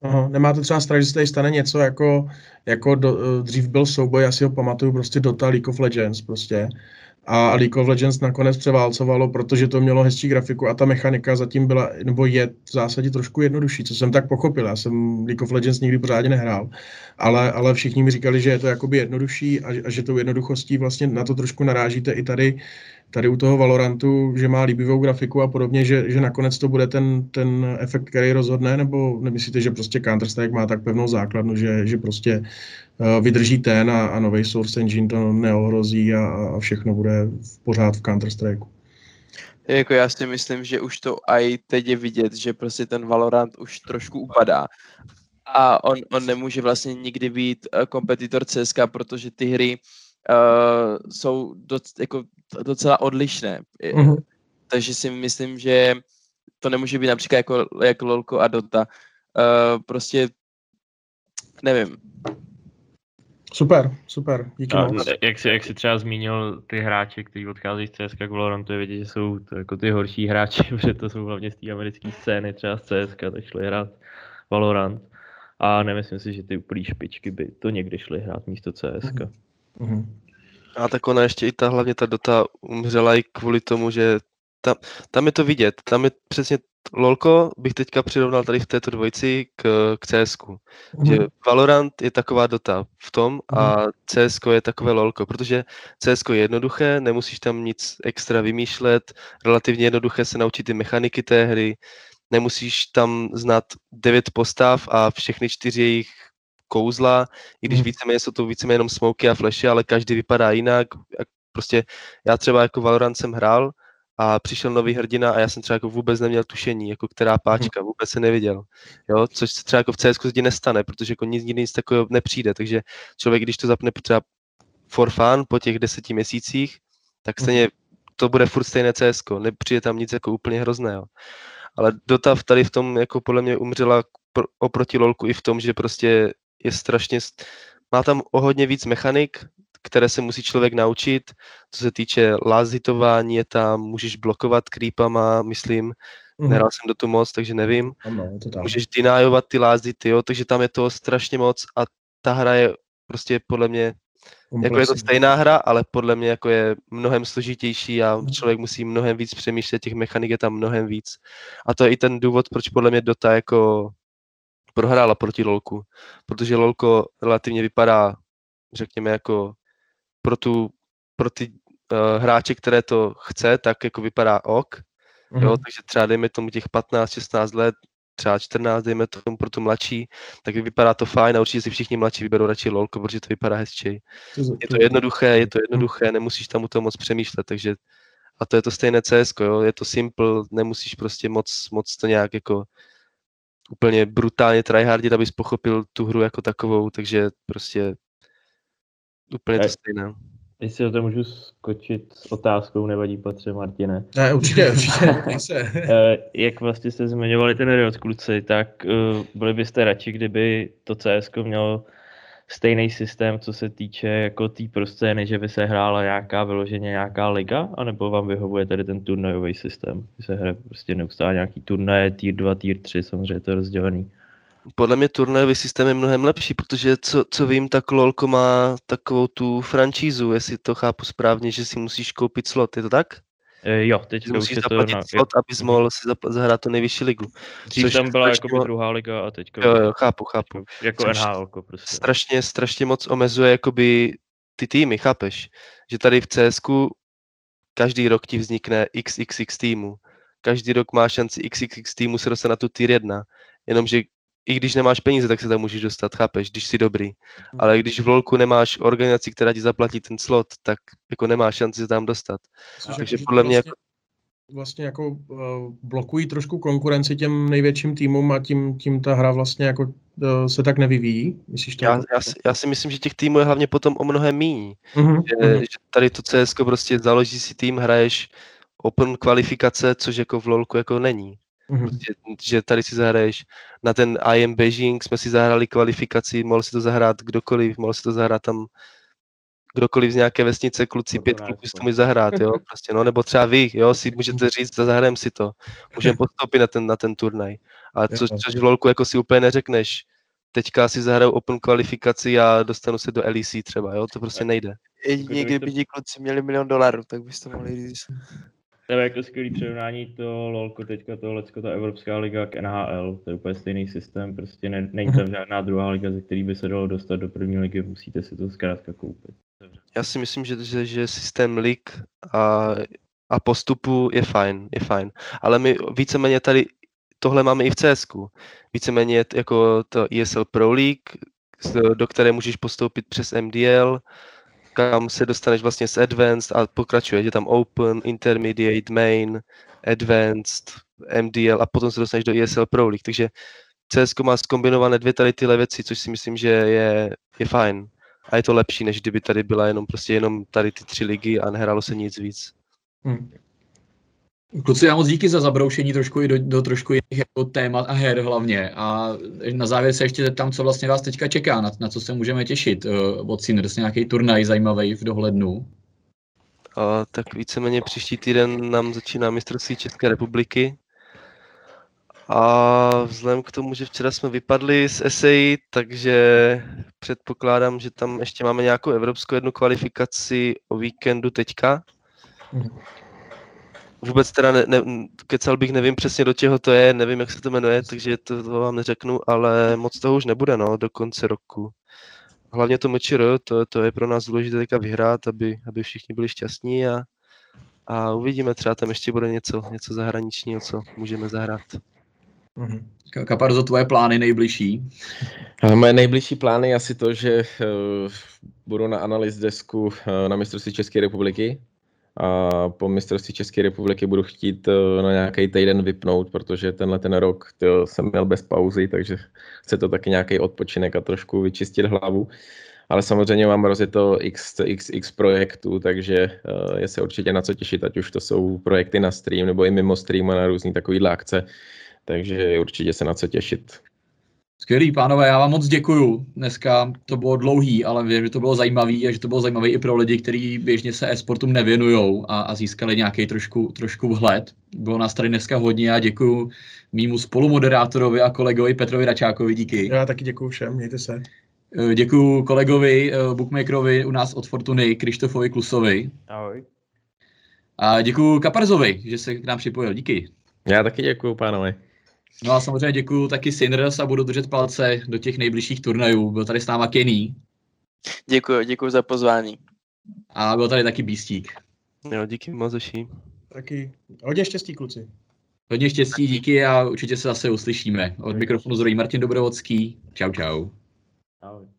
Aha, nemáte třeba strach, že se tady stane něco jako dřív byl souboj, já si ho pamatuju, prostě Dota, League of Legends prostě. A League of Legends nakonec převálcovalo, protože to mělo hezčí grafiku a ta mechanika zatím byla, nebo je v zásadě trošku jednodušší, co jsem tak pochopil. Já jsem League of Legends nikdy pořádně nehrál, ale všichni mi říkali, že je to jakoby jednodušší a že tou jednoduchostí vlastně na to trošku narážíte i tady u toho Valorantu, že má líbivou grafiku a podobně, že nakonec to bude ten efekt, který rozhodne, nebo nemyslíte, že prostě Counter-Strike má tak pevnou základnu, že prostě vydrží ten a nový Source Engine to neohrozí a všechno bude v pořád v Counter-Strike. Jako já si myslím, že už to i teď je vidět, že prostě ten Valorant už trošku upadá. A on nemůže vlastně nikdy být kompetitor CSK, protože ty hry jsou docela odlišné. Mhm. Takže si myslím, že to nemůže být například jako LoLko a Dota. Prostě nevím. Super, díky moc. Jak jsi třeba zmínil ty hráči, kteří odcházejí z CSK k Valorantu, je vidět, že jsou to jako ty horší hráči, protože to jsou hlavně z té americké scény, třeba z CSK, tak šli hrát Valorant. A nemyslím si, že ty úplný špičky by to někdy šli hrát místo CSK. Mm-hmm. A tak ona ještě i hlavně ta Dota umřela i kvůli tomu, že tam je to vidět. Tam je přesně LoLko bych teďka přirovnal tady v této dvojici k CSku. Že Valorant je taková Dota v tom a CSko je takové LoLko, protože CSko je jednoduché, nemusíš tam nic extra vymýšlet, relativně jednoduché se naučit ty mechaniky té hry, nemusíš tam znát 9 postav a všechny 4 jejich kouzla, i když víceméně jsou to víceméně jenom smoky a flashy, ale každý vypadá jinak. Prostě já třeba jako Valorant jsem hrál a přišel nový hrdina a já jsem třeba jako vůbec neměl tušení, jako která páčka, vůbec se neviděl. Jo? Což se třeba jako v CSku zdi nestane, protože jako nic takového nepřijde, takže člověk, když to zapne třeba for fun po těch 10 měsících, tak stejně to bude furt stejné CSko, nepřijde tam nic jako úplně hrozného. Ale Dota tady v tom jako podle mě umřela oproti LoLku i v tom, že prostě je strašně, má tam o hodně víc mechanik, které se musí člověk naučit, co se týče last hitování je tam, můžeš blokovat creepama, myslím, nehrál jsem do toho moc, takže nevím, můžeš denyovat ty last hity, jo, takže tam je toho strašně moc a ta hra je prostě podle mě, jako je to stejná hra, ale podle mě jako je mnohem složitější a člověk musí mnohem víc přemýšlet, těch mechanik je tam mnohem víc. A to je i ten důvod, proč podle mě Dota jako prohrála proti LoLku, protože LoLko relativně vypadá, řekněme, jako pro ty hráče, které to chce, tak jako vypadá ok, jo, takže třeba dejme tomu těch 15-16 let, třeba 14, dejme tomu pro tu mladší, tak vypadá to fajn a určitě si všichni mladší vyberou radši LoLko, protože to vypadá hezčej. Je to jednoduché, nemusíš tam u toho moc přemýšlet, takže a to je to stejné CSko, jo, je to simple, nemusíš prostě moc to nějak jako úplně brutálně tryhardit, abys pochopil tu hru jako takovou, takže prostě úplně to stejné. Jestli o to můžu skočit s otázkou, nevadí Patře, Martine. Ne, určitě. Jak vlastně jste zmiňovali ten Riot kluci, tak byli byste radši, kdyby to CSko mělo stejný systém, co se týče jako té proscény, že by se hrála vyloženě nějaká liga, anebo vám vyhovuje tady ten turnajový systém? Že se hraje prostě neustále nějaký turnaje, tier 2, tier 3, samozřejmě to je rozdělený. Podle mě turnajový systém je mnohem lepší, protože co vím, tak LoLko má takovou tu franšízu, jestli to chápu správně, že si musíš koupit slot, je to tak? Jo, teď musíš zaplatit slot, abys mohl si zahrát tu nejvyšší ligu. Dřív tam byla jako druhá liga a teďka... Jo, chápu. Jako NHL prostě. Strašně moc omezuje jakoby ty týmy, chápeš? Že tady v CSku každý rok ti vznikne XXX týmu. Každý rok má šanci XXX týmu se dostat na tu tier 1. Jenomže i když nemáš peníze, tak se tam můžeš dostat, chápeš, když jsi dobrý. Ale když v LoLku nemáš organizaci, která ti zaplatí ten slot, tak jako nemáš šanci se tam dostat. Takže podle mě vlastně jako blokují trošku konkurenci těm největším týmům a tím ta hra vlastně jako se tak nevyvíjí. Myslíš to? Já si myslím, že těch týmů je hlavně potom o mnohem míň. Že tady to CSko prostě založí si tým, hraješ open kvalifikace, což jako v LoLku jako není. Prostě, že tady si zahraješ na ten IM Beijing, jsme si zahrali kvalifikaci, mohl si to zahrát kdokoliv, mohl si to zahrát tam kdokoliv z nějaké vesnice, kluci 5 kluků si to může zahrát, jo, prostě, no, nebo třeba vy, jo, si můžete říct, zahrajeme si to, můžeme postoupit na ten turnaj, ale což v LoLku jako si úplně neřekneš, teďka si zahraju open kvalifikaci a dostanu se do LEC třeba, jo, to prostě nejde. Jedině, kdyby ti kluci měli $1 milion, tak bys to mohli říct. To je jako skvělý přirovnání to LoLko teďka, ta Evropská liga k NHL, to je úplně stejný systém, prostě není tam žádná druhá liga, ze který by se dalo dostat do první ligy, musíte si to zkrátka koupit. Já si myslím, že systém lig a postupu je fajn, ale my víceméně tady tohle máme i v CSku, víceméně jako to ESL Pro League, do které můžeš postoupit přes MDL, kam se dostaneš vlastně z Advanced a pokračuje, je tam Open, Intermediate, Main, Advanced, MDL a potom se dostaneš do ESL Pro League, takže CSko má zkombinované tady tyhle věci, což si myslím, že je fajn. A je to lepší, než kdyby tady byla jenom tady ty 3 ligy a nehrálo se nic víc. Kluci, já moc díky za zabroušení trošku i do trošku jiných jako témat a her hlavně. A na závěr se ještě zeptám, co vlastně vás teďka čeká, na co se můžeme těšit od Sinners, nějaký turnaj zajímavý v dohlednu. Tak víceméně příští týden nám začíná mistrovství České republiky. A vzhledem k tomu, že včera jsme vypadli z SAI, takže předpokládám, že tam ještě máme nějakou evropskou jednu kvalifikaci o víkendu teďka. Vůbec teda kecal bych, nevím přesně do čeho to je, nevím jak se to jmenuje, takže to vám neřeknu, ale moc toho už nebude, no, do konce roku. Hlavně to MČR, to je pro nás důležité teďka vyhrát, aby všichni byli šťastní a uvidíme, třeba tam ještě bude něco zahraničního, co můžeme zahrát. Kaparzo, tvoje plány nejbližší? Moje nejbližší plány je asi to, že budu na analyst desku na mistrovství České republiky a po mistrovství České republiky budu chtít na nějaký týden vypnout, protože ten rok jsem měl bez pauzy, takže chce to taky nějaký odpočinek a trošku vyčistit hlavu. Ale samozřejmě mám rozjeto x projektů, takže je se určitě na co těšit, ať už to jsou projekty na stream nebo i mimo stream a na různý takovýhle akce. Takže určitě se na co těšit. Skvělý, pánové, já vám moc děkuju. Dneska to bylo dlouhý, ale věřím, že to bylo zajímavý a že to bylo zajímavý i pro lidi, kteří běžně se e-sportům nevěnujou a získali nějaký trošku vhled. Bylo nás tady dneska hodně a děkuju mýmu spolumoderátorovi a kolegovi Petrovi Račákovi, díky. Já taky děkuju všem, mějte se. Děkuju kolegovi, bookmakerovi u nás od Fortuny, Krištofovi Klusovi. Ahoj. A děkuju Kaparzovi, že se k nám připojil, díky. Já taky děkuju, pánové. No a samozřejmě děkuju taky Sinners a budu držet palce do těch nejbližších turnajů. Byl tady s náma Kenny. Děkuju za pozvání. A byl tady taky Bístík. Jo, díky moc, Zoši. Taky hodně štěstí, kluci. Hodně štěstí, díky a určitě se zase uslyšíme. Od mikrofonu zdraví Martin Dobrovodský. Čau, čau. Ahoj.